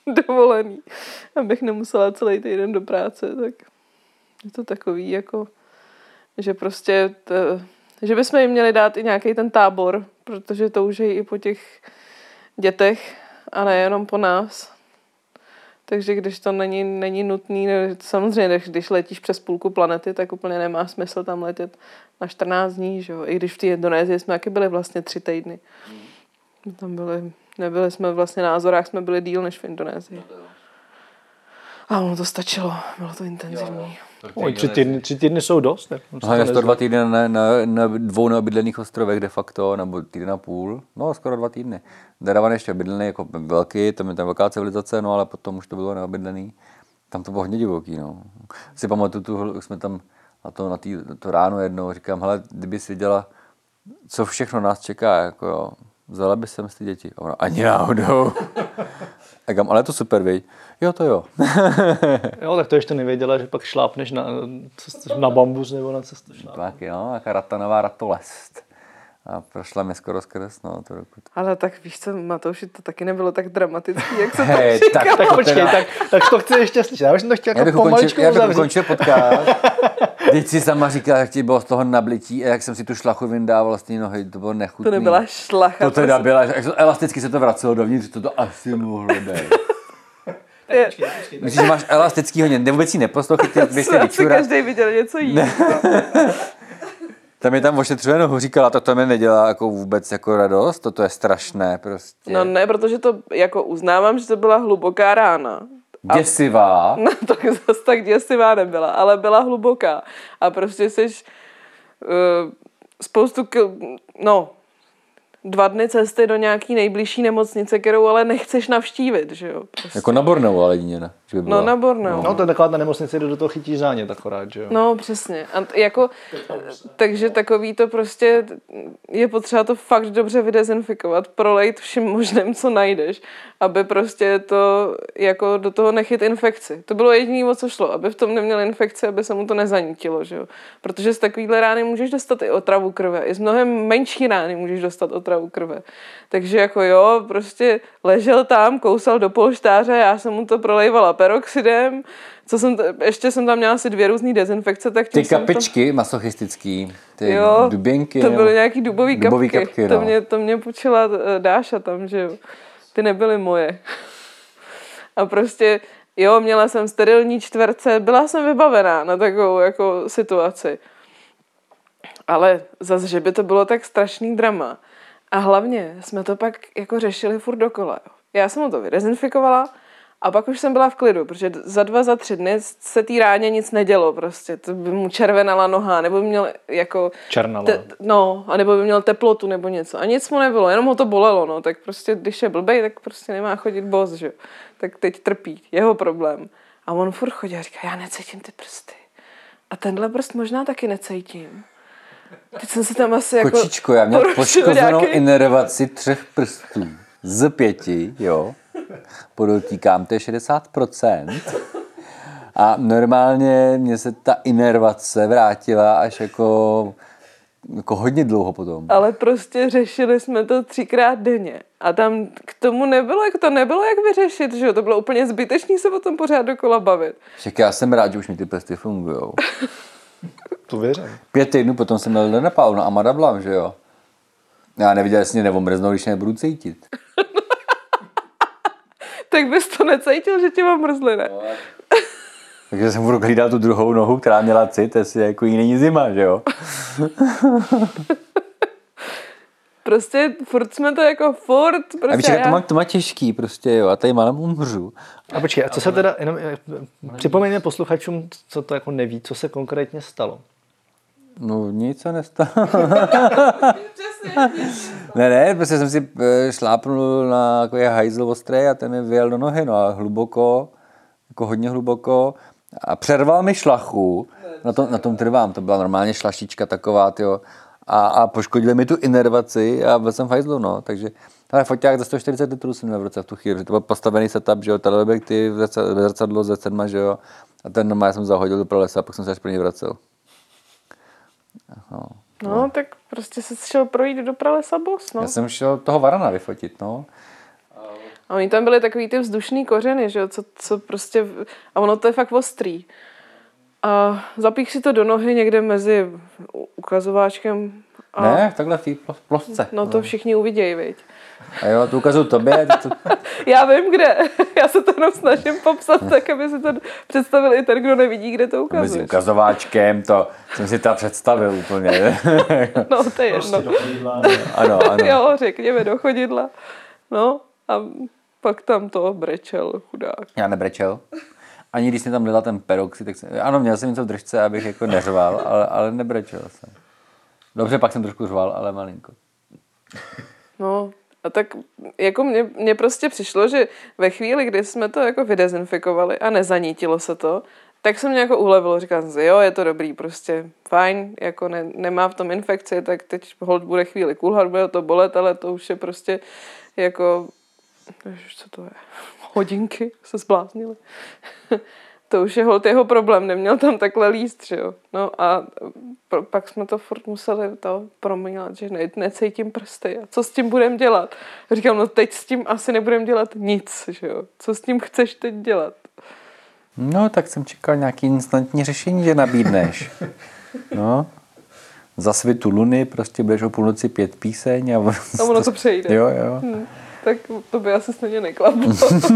dovolený, abych nemusela celý týden do práce, tak je to takový jako, že prostě, že bychom jim měli dát i nějaký ten tábor, protože touží i po těch dětech a nejenom po nás. Takže když to není nutný, samozřejmě, když letíš přes půlku planety, tak úplně nemá smysl tam letět na 14 dní, že jo? I když v té Indonésii jsme taky byli vlastně 3 týdny. Tam nebyli jsme vlastně na Azorách, jsme byli díl než v Indonésii. A ono to stačilo, bylo to intenzivní. 3 týdny jsou dost. Hlavně 102 týdny na 2 neobydlených ostrovech de facto, nebo týden a půl, no skoro 2 týdny. Deravan ještě obydlený, jako velký, tam je tam velká civilizace, no ale potom už to bylo neobydlený. Tam to bylo hodně divoký, no. Si pamatuju, jsme tam na to ráno jednou, říkám, hele, kdyby si viděla, co všechno nás čeká, jako jo, vzala by sem ty děti. A ona, ani náhodou. A říkám, ale je to super, viď? Jo, to jo. Jo, tak to ještě nevěděla, že pak šlápneš na bambus nebo na cestu šlápneš. Tak jo, jaká ratanová ratolest. A prošla mi skoro skrz, no, to roku. Ale tak víš co, Matouši, to taky nebylo tak dramatický, jak se Hej, to říká. Tak počkej, tak to chci ještě slyšet. Já už jsem to chtěl jako pomaličku uzavřít. Já bych ukončil podcast. Teď si sama říkala, jak ti bylo z toho nablití a jak jsem si tu šlachu vyndával vlastně nohy, to bylo nechutný. To nebyla šlacha. To teda byla, elasticky se to vracelo dovnitř, to asi mohlo být. Myslíš, že máš elastickýho, vůbec si neposlouchy, ty bys se vyčurat. Každý viděl něco jiného. Tam je tam ošetřuje nohu, říkala, to mi nedělá jako vůbec jako radost, to je strašné prostě. No ne, protože to jako uznávám, že to byla hluboká rána. Děsivá. No tak zase tak děsivá nebyla, ale byla hluboká. A prostě jsi spoustu, 2 dny cesty do nějaký nejbližší nemocnice, kterou ale nechceš navštívit, že jo? Prostě. Jako na Borneu, ale jedině ne. No na Borneu. No to je taková ta nemocnice, do toho chytíš zánět akorát, že jo? No přesně. A jako, takže takový to prostě je potřeba to fakt dobře vydezinfikovat, prolejt všem možným, co najdeš, aby prostě to jako do toho nechyt infekci. To bylo jediné, o co šlo, aby v tom neměl infekci, aby se mu to nezanítilo, že jo? Protože z takovýhle rány můžeš dostat i otravu krve. I z mnohem menší rány můžeš dostat otravu krve. Takže jako jo, prostě ležel tam, kousal do polštáře, já jsem mu to prolejvala peroxidem, ještě jsem tam měla asi 2 různý dezinfekce, tak ty kapičky masochistický, ty jo, dubinky. To byly nějaký dubový kapky no. to mě počila Dáša tam, že jo. Ty nebyly moje. A prostě, jo, měla jsem sterilní čtverce, byla jsem vybavená na takovou jako situaci. Ale zase, že by to bylo tak strašný drama. A hlavně jsme to pak jako řešili furt dokola. Jo. Já jsem mu to vydezinfikovala a pak už jsem byla v klidu, protože za 2, za 3 dny se té ráně nic nedělo prostě. To by mu červenala noha, nebo by měl jako... Černala. A nebo by měl teplotu nebo něco. A nic mu nebylo, jenom ho to bolelo, no. Tak prostě, když je blbej, tak prostě nemá chodit bos, že jo. Tak teď trpí, jeho problém. A on furt chodí a říká, já necítím ty prsty. A tenhle prst možná taky necítím. Teď jsem se tam asi jako... Kočičko, já měl poškozenou inervaci 3 prstů z 5, jo. Podotýkám, to je 60%. A normálně mně se ta inervace vrátila až jako hodně dlouho potom. Ale prostě řešili jsme to 3krát denně. A tam k tomu nebylo jak vyřešit, že jo? To bylo úplně zbytečný se o tom pořád dokola bavit. Však já jsem rád, že už mi ty prsty fungujou. To věřím. 5 týdnů potom jsem měl Lenapálu na Amadablam, že jo. Já neviděl, jestli mě neomrznou, když nebudu cítit. Tak bys to necítil, že tě mám mrzli, ne? No. Takže jsem budu hlídat tu druhou nohu, která měla cit, jestli jako jí není zima, že jo. Prostě furt jsme to jako furt. Prostě a víš, to má těžký prostě, jo, a tady málem umřu. A počkej, a co se teda, jenom připomeňme posluchačům, co to jako neví, co se konkrétně stalo. No nic se nestalo. ne, prostě jsem si šlápnul na takový hajzl ostrý a ten mi vyjel do nohy, no a hluboko, jako hodně hluboko a přerval mi šlachu, na tom trvám, to byla normálně šlašička taková, tyjo, a poškodili mi tu inervaci a byl jsem v hajzlu, no, takže ale foťák za 140 litrů jsem měl v ruce v tu chvíli, to byl postavený setup, že jo, teleobjektiv, zrcadlo, Z7, že jo, a ten normálně jsem zahodil do pralesa a pak jsem se až pro něj vracel. No, tak prostě se šel projít do pralesa bos, no. Já jsem šel toho varana vyfotit, no. A oni tam byli takový ty vzdušný kořeny, že jo, co prostě, a ono to je fakt ostrý. A zapích si to do nohy někde mezi ukazováčkem a... Ne, takhle v té plosce. No to všichni uvidějí, viď. A jo, to ukazuju tobě. Já vím, kde. Já se to jenom snažím popsat tak, aby si to představil i ten, kdo nevidí, kde to ukazuješ. Mezi ukazováčkem, to jsem si to představil úplně. No, to je jedno. Ano. Jo, řekněme do chodidla. No a pak tam to brečel, chudák. Já nebrečel. Ani když jsem tam dala ten peroxid, tak ano, měl jsem něco v držce, abych jako neřval, ale nebrečel jsem. Dobře, pak jsem trošku řval, ale malinko. No, a tak jako mně prostě přišlo, že ve chvíli, kdy jsme to jako vydezinfikovali a nezanítilo se to, tak se mě jako ulevilo. Říkám si, jo, je to dobrý, prostě fajn, jako nemá v tom infekci, tak teď hold bude chvíli kulhat, bude to bolet, ale to už je prostě jako, co to je, hodinky se zbláznily. To už je holt jeho problém, neměl tam takhle líst, že jo. No a pak jsme to furt museli to promílat, že necítím prsty. A co s tím budem dělat? A říkám, no teď s tím asi nebudem dělat nic, že jo. Co s tím chceš teď dělat? No, tak jsem čekal nějaký instantní řešení, že nabídneš. No, za svitu luny prostě budeš o půlnoci 5 píseň a ono to přejde. Jo. Tak to by asi stejně neklaplo.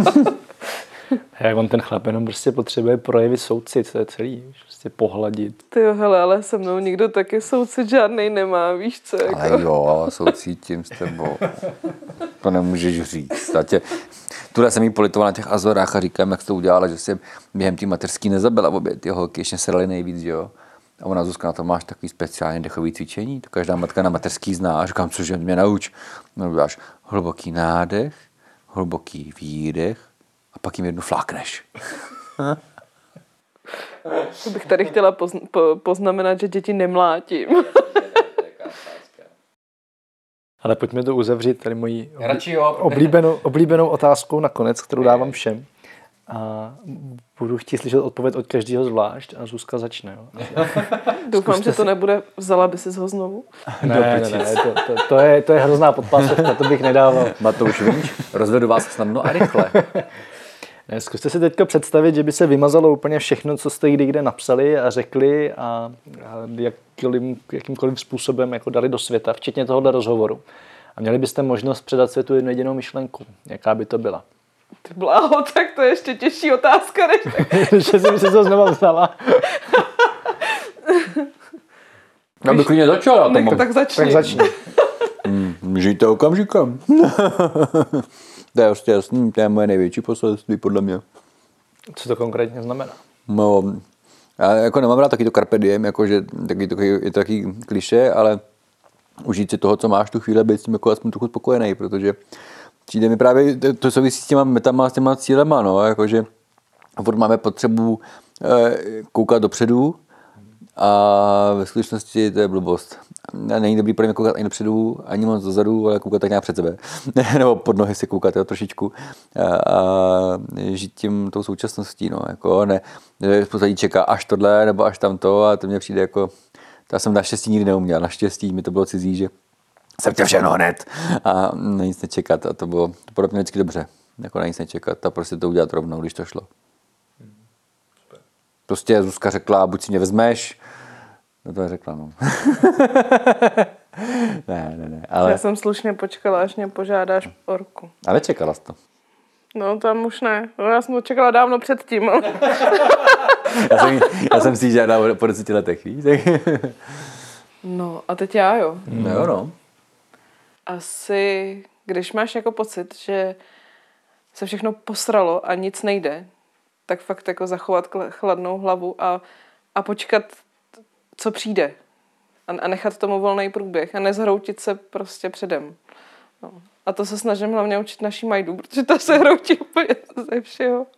Jak on ten chlap jenom prostě potřebuje projevit soucit, to je celý, prostě pohladit. Tyjo, hele, ale se mnou nikdo taky soucit žádnej nemá, víš co? Jako. Ale jo, soucítím s tebou. To nemůžeš říct. Tuhle jsem jí politoval na těch Azorách a říkám, jak jsi to udělala, že si během té mateřský nezabila obě. Ty holky ještě srali nejvíc, jo. A ona, Zuzka, na to máš takový speciální dechový cvičení, to každá matka na mateřský zná. A říkám, cože mě nauč. No, dáš hluboký nádech, hluboký výdech a pak jim jednu flákneš. Bych tady chtěla poznamenat, že děti nemlátím. Ale pojďme to uzavřít, tady mojí oblíbenou otázkou nakonec, kterou dávám všem. A budu chtít slyšet odpověď od každého zvlášť a Zuzka začne. Jo. Doufám, že to nebude, vzala by si ho znovu. Ne, to je hrozná podpásovka, to bych nedával. Matouš Vinč, rozvedu vás snadno a rychle. Ne, zkuste si teďka představit, že by se vymazalo úplně všechno, co jste kdy kde napsali a řekli a jakýmkoliv způsobem jako dali do světa, včetně tohohle rozhovoru. A měli byste možnost předat světu jednu jedinou myšlenku. Jaká by to byla? Ty bláho, tak to je ještě těžší otázka, než tak. Že jsem si to znova vzala. Já bych klidně začal. Tak začni. Žijte okamžikem. To je prostě jasný, to je moje největší poselství, podle mě. Co to konkrétně znamená? No, já jako nemám rád taky to carpe diem, jakože je to taky klišé, ale užít si toho, co máš tu chvíli, být s tím jako aspoň trochu spokojený, protože přijde mi právě, to souvisí s těma metama, s těma cílema, no, jakože furt máme potřebu koukat dopředu a ve skutečnosti to je blbost. Není dobrý pro mě koukat ani dopředu, ani moc dozadu, ale koukat tak nějak před sebe. Nebo pod nohy si koukat, jo, trošičku. A žít tím tou současností, no, jako ne, spousta lidí čeká až tohle, nebo až tamto a to mně přijde jako, to já jsem naštěstí nikdy neuměl, naštěstí mi to bylo cizí, že jsem chtěl všechno hned a na nic nečekat a to bylo pro mě vždycky dobře, jako na nic nečekat a prostě to udělat rovnou, když to šlo. Prostě Zuzka řekla, buď si mě vezmeš, no to řekla, no. ne, ale... Já jsem slušně počkala, až mě požádáš o ruku. Ale čekala jsi to. No tam už ne, no, já jsem to čekala dávno předtím. Ale... já jsem si žádala po 10 letech, víš? No a teď já, jo. No. Asi, když máš jako pocit, že se všechno posralo a nic nejde, tak fakt jako zachovat chladnou hlavu a počkat, co přijde. A nechat tomu volný průběh a nezhroutit se prostě předem. No. A to se snažím hlavně učit naší Majdu, protože ta se hroutí úplně ze všeho.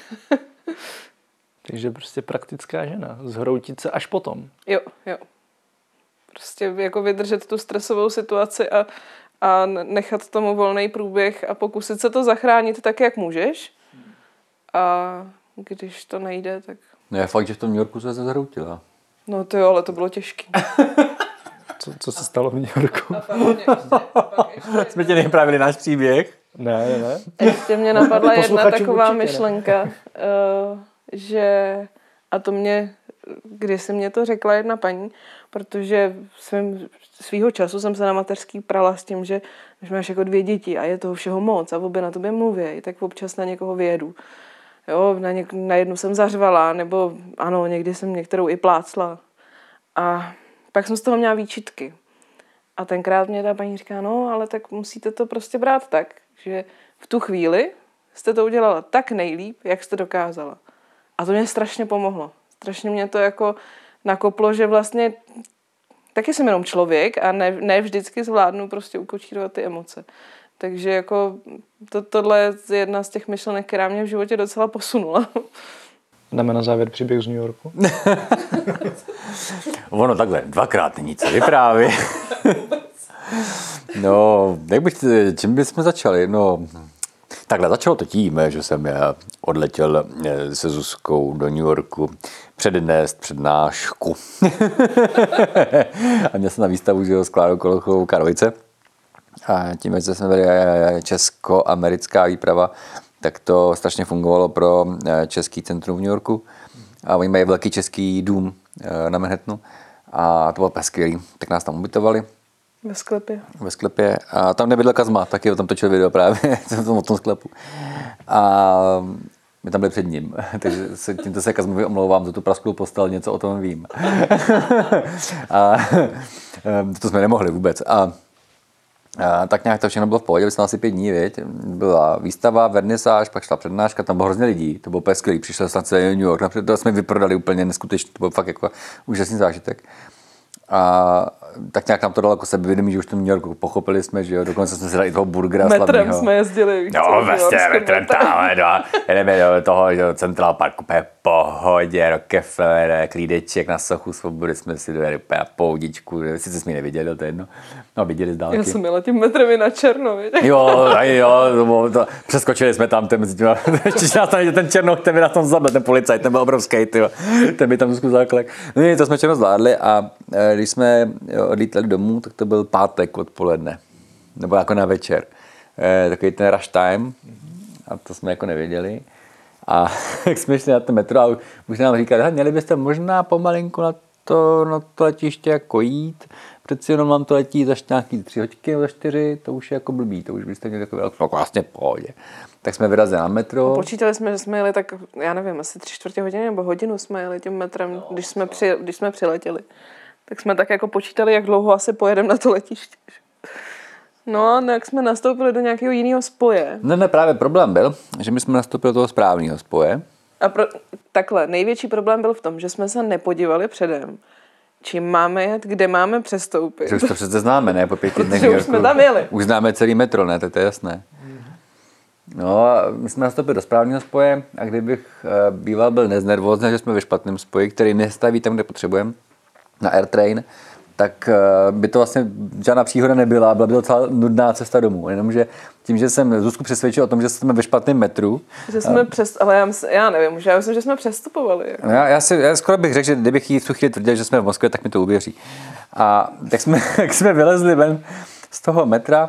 Takže prostě praktická žena. Zhroutit se až potom. Jo. Prostě jako vydržet tu stresovou situaci a nechat tomu volný průběh a pokusit se to zachránit tak, jak můžeš. A když to nejde, tak... No je fakt, že v tom New Yorku se zahroutila. No to jo, ale to bylo těžké. Co se stalo v New Yorku? Jsme tě nevyprávili náš příběh. Ne. Ještě mě napadla jedna Posluchačům taková určitě ne. myšlenka, že, a to mě, když si mě to řekla jedna paní, protože svýho času jsem se na mateřský prala s tím, že když máš jako 2 děti a je toho všeho moc a obě na tobě mluví, tak občas na někoho vyjedu. Jo, na jednu jsem zařvala, nebo ano, někdy jsem některou i plácla. A pak jsem z toho měla výčitky. A tenkrát mě ta paní říká, no, ale tak musíte to prostě brát tak, že v tu chvíli jste to udělala tak nejlíp, jak jste dokázala. A to mě strašně pomohlo. Strašně mě to jako nakoplo, že vlastně taky jsem jenom člověk a ne vždycky zvládnu prostě ukočírovat ty emoce. Takže jako tohle je jedna z těch myšlenek, která mě v životě docela posunula. Dáme na závěr příběh z New Yorku. Ono takhle, 2krát není co vyprávět. No, čím bychom začali? No, takhle začalo to tím, že jsem odletěl se Zuzkou do New Yorku přednést přednášku. A měl jsem na výstavu, že s Klárou Kolochovou Karlovice. A tím, že jsme byli česko-americká výprava, tak to strašně fungovalo pro český centrum v New Yorku. A oni mají velký český dům na Manhattanu. A to bylo skvělý. Tak nás tam ubytovali. Ve sklepě. A tam nebydl Kazma, taky o tom točil video právě, o tom sklepu. A my tam byli před ním, takže tímto se Kazmovi omlouvám za tu prasklou postel, něco o tom vím. A to jsme nemohli vůbec. A tak nějak to všechno bylo v pohodě, byli jsme asi 5 dní, viď? Byla výstava, vernisáž, pak šla přednáška, tam bylo hrozně lidí, to bylo úplně skvělý, přišel jsem celý New York, to jsme vyprodali úplně neskutečně, to byl fakt jako úžasný zážitek. A tak nějak nám to dalo jako sebevědomí, že už v tom New Yorku pochopili jsme, že jo, dokonce jsme si dali i toho burgera slavnýho. Metrem jsme jezdili. No, vlastně metrem tam, jedeme do toho, že Central Park, úplně pohodě, Rockefeller, klídeček na Sochu Svobody, jsme si dojeli úplně na poudičku, sice jsme ji neviděli, to je jedno, no viděli z dálky. Já jsem jela tím metrem i na černo, víš? Jo, přeskočili jsme tam, ten černoch, ten by na tom zabil, ten policajt, ten byl obrovský, tyjo, ten by tam zaklek. No to jsme všechno zvládli a když jsme odlítali domů, tak to byl pátek odpoledne, nebo jako na večer. Takový ten rush time a to jsme jako nevěděli. A jak jsme šli na to metro a už nám říkali, měli byste možná pomalinku na to letiště jako jít, přeci jenom nám to letí za nějaký 3 hodiny nebo za 4, to už je jako blbý, to už byste měli takový vlastně pohodě. Tak jsme vyrazili na metro. A počítali jsme, že jsme jeli tak, já nevím, asi 3/4 hodiny nebo hodinu jsme jeli tím metrem, když jsme přiletěli. Tak jsme tak jako počítali, jak dlouho asi pojedeme na to letiště. No a jak jsme nastoupili do nějakého jiného spoje. Ne, právě problém byl, že my jsme nastoupili do toho správného spoje. A takhle, největší problém byl v tom, že jsme se nepodívali předem, čím máme jet, kde máme přestoupit. Že už to přece známe, ne? Po 5 dnech. Že už jsme tam jeli. Už známe celý metro, ne? To je jasné. No a my jsme nastoupili do správného spoje a kdybych býval byl neznervózný, že jsme ve špatném spoji, který nestaví tam, kde potřebujeme, na Airtrain, tak by to vlastně žádná příhoda nebyla, byla by to celá nudná cesta domů. Jenomže tím, že jsem Zuzku přesvědčil o tom, že jsme ve špatném metru. Že jsme ale já nevím, já myslím, že jsme přestupovali. Jako. Já skoro bych řekl, že kdybych jí v tu chvíli tvrdil, že jsme v Moskvě, tak mi to uvěří. A tak jsme vylezli ven z toho metra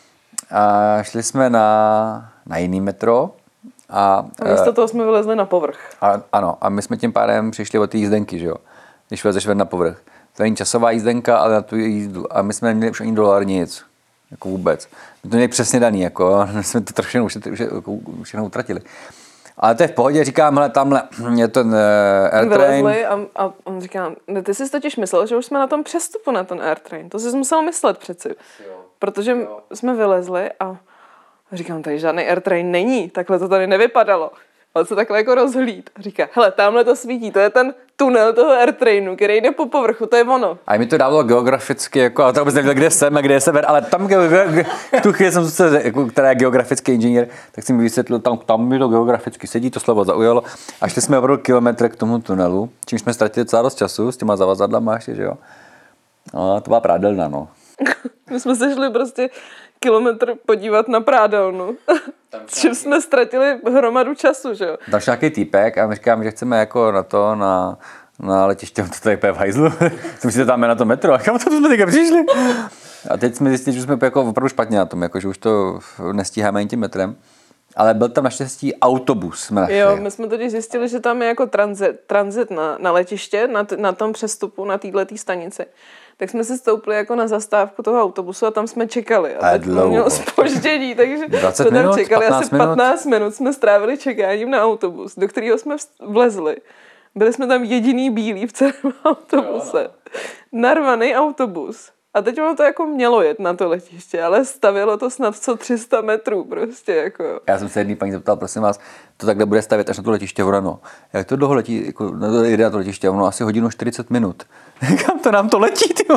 a šli jsme na jiný metro. A místo toho jsme vylezli na povrch. Ano, a my jsme tím pádem přišli od té jízdenky, že jo? Když vylezeš ven na povrch. To není časová jízdenka, ale na tu jízdu. A my jsme neměli už ani $1 nic. Jako vůbec. My to měli přesně daný, jako. Jsme to trošku všechno utratili. Ale to je v pohodě, říkám, hele, tamhle je ten Airtrain. Vylezli a on říká, ty jsi totiž myslel, že už jsme na tom přestupu na ten Airtrain. To jsi musel myslet přeci. Protože jsme vylezli a říkám, tady žádný Airtrain není. Takhle to tady nevypadalo. Ale se takhle jako rozhlíd a říká, hele, tamhle to svítí, to je ten tunel toho Airtrainu, který jde po povrchu, to je ono. A mi to dávalo geograficky, jako, a to vůbec nevěděl, kde jsem a kde je sever, ale tam v tu chvíli jsem se, která je geografický inženýr, tak jsem mi vysvětlil, tam mi to geograficky sedí, to slovo zaujalo a šli jsme opravdu kilometr k tomu tunelu, čímž jsme ztratili celá dost času s těma zavazadlama ještě, že jo. No, to byla prádelna, no. My jsme se šli prostě kilometr podívat na prádelnu. Čím jsme ztratili hromadu času, že jo. Tam šel nějaký týpek a my říkám, že chceme jako na letiště, to tady je v hajzlu. Myslíte, tam je na to metro? A kam to jsme teďka přišli? A teď jsme zjistili, že jsme jako opravdu špatně na tom, jako, že už to nestíháme ani tím metrem. Ale byl tam naštěstí autobus. Jo, my jsme totiž zjistili, že tam je jako tranzit na letiště, na tom přestupu, na této stanici. Tak jsme se stoupili jako na zastávku toho autobusu a tam jsme čekali. A teď mělo zpoždění, takže jsme tam čekali asi 15 minut. Jsme strávili čekáním na autobus, do kterého jsme vlezli. Byli jsme tam jediný bílí v celém autobuse. Narvaný autobus. A teď ono to jako mělo jet na to letiště, ale stavělo to snad 300 metrů prostě jako. Já jsem se jedný paní zeptal, prosím vás, to takhle bude stavět až na to letiště Vrano. Jak to dlouho letí, jako jde na to letiště, ono asi hodinu 40 minut. Kam to nám to letí, ty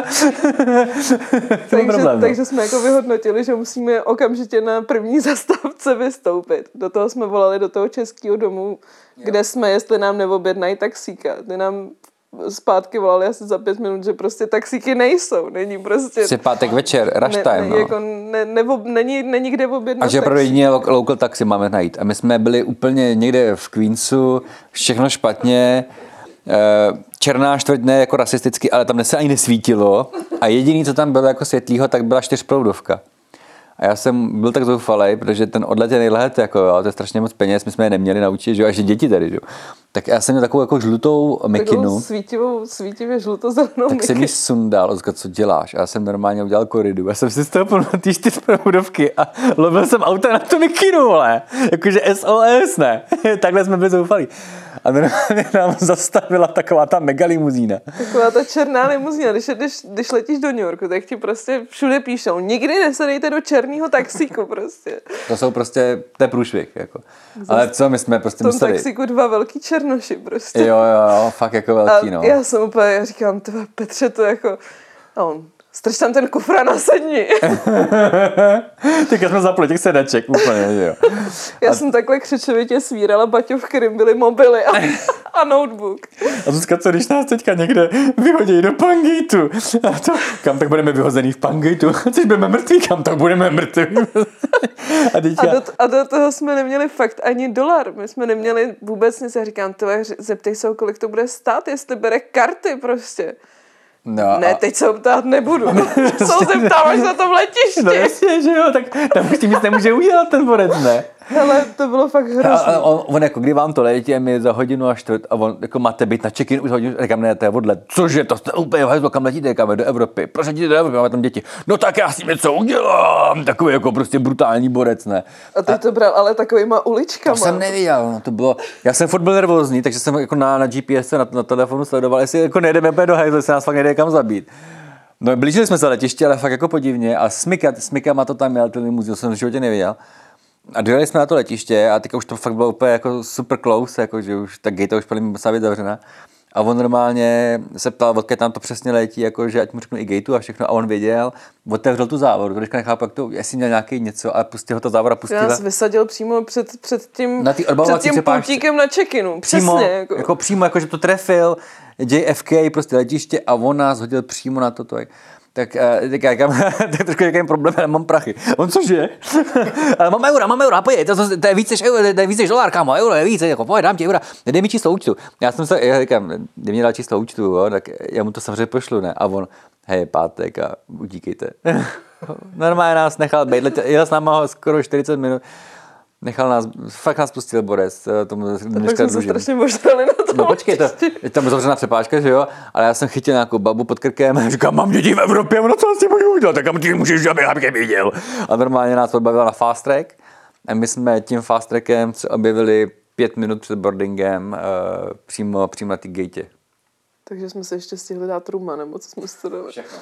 takže jsme jako vyhodnotili, že musíme okamžitě na první zastávce vystoupit. Do toho jsme volali do toho českého domu, kde jsme, jestli nám neobjednají taxíka. Ty nám zpátky volali asi za 5 minut, že prostě taxíky nejsou. Není prostě... pátek večer, rush time, jako není kde objednat. A že opravdu jedině local taxi máme najít. A my jsme byli úplně někde v Queensu, všechno špatně, černá čtvrť ne jako rasisticky, ale tam se ani nesvítilo. A jediný, co tam bylo jako světlýho, tak byla 4proudovka. A já jsem byl tak zoufalej, protože ten odlet je nejlet, jako jo, to je strašně moc peněz, my jsme je neměli naučit, že jo, až děti tady, že jo. Tak já jsem měl takovou jako žlutou mikinu. Svítivě žluto-zelenou tak jsem jí sundal, říkal, co děláš? A já jsem normálně udělal koridu. Já jsem si stoupil na ty 4proudovky a lovil jsem auta na tu mikinu, vole. Jakože SOS, ne? Takhle jsme byli zoufalí. A normálně nám zastavila taková ta mega limuzína. Taková ta černá limuzína. Když letíš do New Yorku, tak ti prostě všude píšou, nikdy nesedejte do černého taxíku prostě. To jsou prostě, to je průšvih, jako. Ale co, my jsme prostě museli. V tom taxíku 2 velký černoši prostě. Jo, fakt jako velký, no. Já jsem úplně, já říkám, Petře, to jako, a on, strč tam ten kufr a nasedni. Tak já jsme zapli těch sedaček úplně, že jo. Já jsem takhle křičevitě svírala baťu, v kterým byly mobily a notebook. A Zuzka, co když nás teďka někde vyhodí do Pangeitu? A to, kam tak budeme vyhozený v Pangeitu? Což budeme mrtví, kam tak budeme mrtví? A do toho jsme neměli fakt ani $1. My jsme neměli vůbec nic. Já říkám, zeptej se, kolik to bude stát, jestli bere karty prostě. No, ne, teď se ptát nebudu. Co se ptám až na tom letišti? No jasně, že jo, tak tam už tím nic nemůže udělat ten borec, ne? Hele, to bylo fakt hrozné. On jako, kdy vám to letí, je mi za hodinu a čtvrt a on jako máte být na check-in už hodinu, říkám, ne, to je odlet. Cože, to jste úplně hajzlo, kam letíte, kam do Evropy? Proč letíte do Evropy, máme tam děti? No tak já s tím něco udělám, takový jako prostě brutální borec, ne? A ty to bral, ale takovýma uličkama. To jsem nevěděl, no to bylo, já jsem furt byl nervózní, takže jsem jako na GPS na telefonu sledoval, jestli jako nejdeme do hajzlu, jestli nás fakt nejde kam zabít. No blížili jsme se letiště, ale fakt jako podivně a Smyka má to tam měl, ten limuzín, jsem v životě neviděl. A dojeli jsme na to letiště a teďka už to fakt bylo úplně jako super close, jako, že už ta gate už musela být zavřena. A on normálně se ptal, odkud tam to přesně letí, jako, že ať mu řeknu i gateu a všechno. A on věděl, otevřel tu závodu. To teďka nechápu, jak to, jestli měl nějaký něco, ale pustil ho ta závora, pustila. Já vysadil přímo před tím pultíkem na check-inu. Přímo, přesně. Jako přímo, jako, že to trefil JFK, prostě letiště a on nás hodil přímo na toto. Tak trošku jakým problémem, mám prachy. On cože? Ale mám eura, pojď, to je víc než dolar, kámo, euro je víc, jako pojď, dám ti eura, dej mi číslo účtu. Já říkám, kdyby mě dal číslo účtu, jo, tak já mu to samozřejmě pošlu, ne? A on, hej, pátek a utíkejte. Normálně nás nechal být, jel s náma skoro 40 minut. Fakt nás pustil borec. Tak jsme se strašně možnali na to. No počkej, je tam zavřená přepážka, že jo? Ale já jsem chytil nějakou babu pod krkem a říkám, mám děti v Evropě, ono co asi můžu udělat, tak kam ty můžeš, abych je viděl. A normálně nás odbavila na fast track a my jsme tím fast trackem se objevili 5 minut před boardingem přímo na té gatě. Takže jsme se ještě stihli dát ruma, nebo co jsme studovali. Všechno.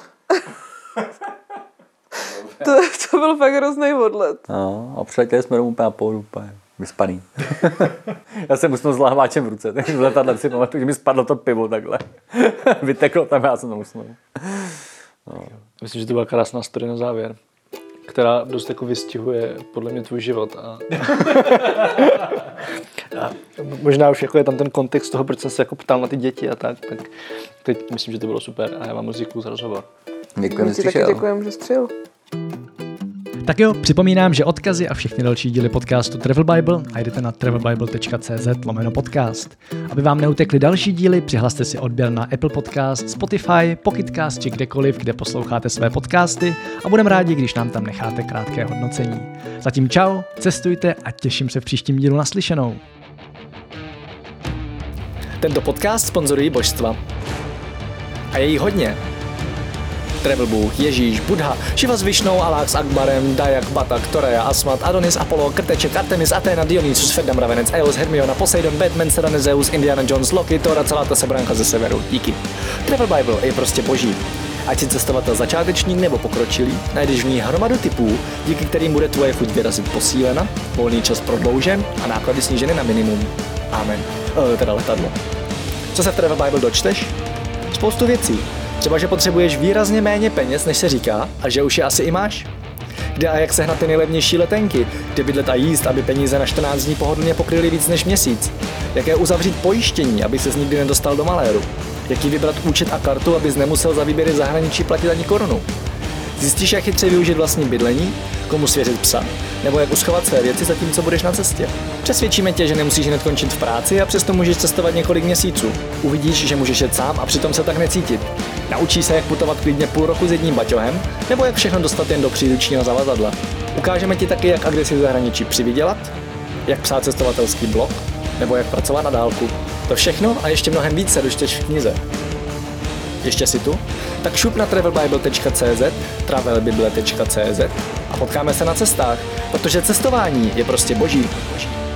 To byl fakt hrozný odlet. No, a přiletěli jsme domů úplně půl, úplně vyspaný. Já jsem usnul s lahváčem v ruce, takže v letadle si pamatuju, že mi spadlo to pivo takhle. Vyteklo tam, já jsem tam usnul. No. Myslím, že to byla krásná story na závěr, která dost jako vystihuje podle mě tvůj život. A možná už jako je tam ten kontext toho, proč jsem se jako ptal na ty děti a tak teď myslím, že to bylo super a já vám moc děkuju za rozhovor. Děkujeme, že jsi přijel. Děkujeme, že jsi přijel. Tak jo, připomínám, že odkazy a všechny další díly podcastu Travel Bible najdete na travelbible.cz/podcast. Aby vám neutekly další díly, přihlaste si odběr na Apple Podcast, Spotify, Pocket Cast či kdekoliv, kde posloucháte své podcasty a budeme rádi, když nám tam necháte krátké hodnocení. Zatím čau, cestujte a těším se v příštím dílu naslyšenou. Tento podcast sponzorují božstva. A je jí hodně. Travel Bůh, Ježíš, Buddha, Šiva s Višnou, Alák s Akbarem, Dajak, Batak, Toreja, Asmat, Adonis, Apollo, Krteček, Artemis, Athena, Dionysus, Ferdam, Ravenec, Eos, Hermiona, Poseidon, Batman, Serena, Zeus, Indiana Jones, Loki, Thor a celá ta sebranka ze severu. Díky. Travel Bible je prostě boží. Ať si cestovatel začátečník nebo pokročilý, najdeš v ní hromadu typů, díky kterým bude tvoje chuť vyrazit posílena, volný čas prodloužen a náklady sníženy na minimum. Amen. Teda letadlo. Co se v Travel Bible dočteš? Spoustu věcí. Třeba, že potřebuješ výrazně méně peněz, než se říká, a že už je asi i máš. Kde a jak sehnat ty nejlevnější letenky, kde bydlet a jíst, aby peníze na 14 dní pohodlně pokryly víc než měsíc. Jaké uzavřít pojištění, aby ses nikdy nedostal do maléru. Jaký vybrat účet a kartu, abys nemusel za výběry zahraničí platit ani korunu. Zjistíš, jak chytře využít vlastní bydlení, komu svěřit psa, nebo jak uschovat své věci zatímco budeš na cestě. Přesvědčíme tě, že nemusíš hned končit v práci a přesto můžeš cestovat několik měsíců. Uvidíš, že můžeš jet sám a přitom se tak necítit. Naučíš se, jak putovat klidně půl roku s jedním baťohem, nebo jak všechno dostat jen do příručního zavazadla. Ukážeme ti taky, jak a kde si v zahraničí přivydělat, jak psát cestovatelský blog, nebo jak pracovat na dálku. To všechno a ještě mnohem víc se dočteš v knize. Ještě si tu? Tak šup na travelbible.cz, travelbible.cz a potkáme se na cestách, protože cestování je prostě boží.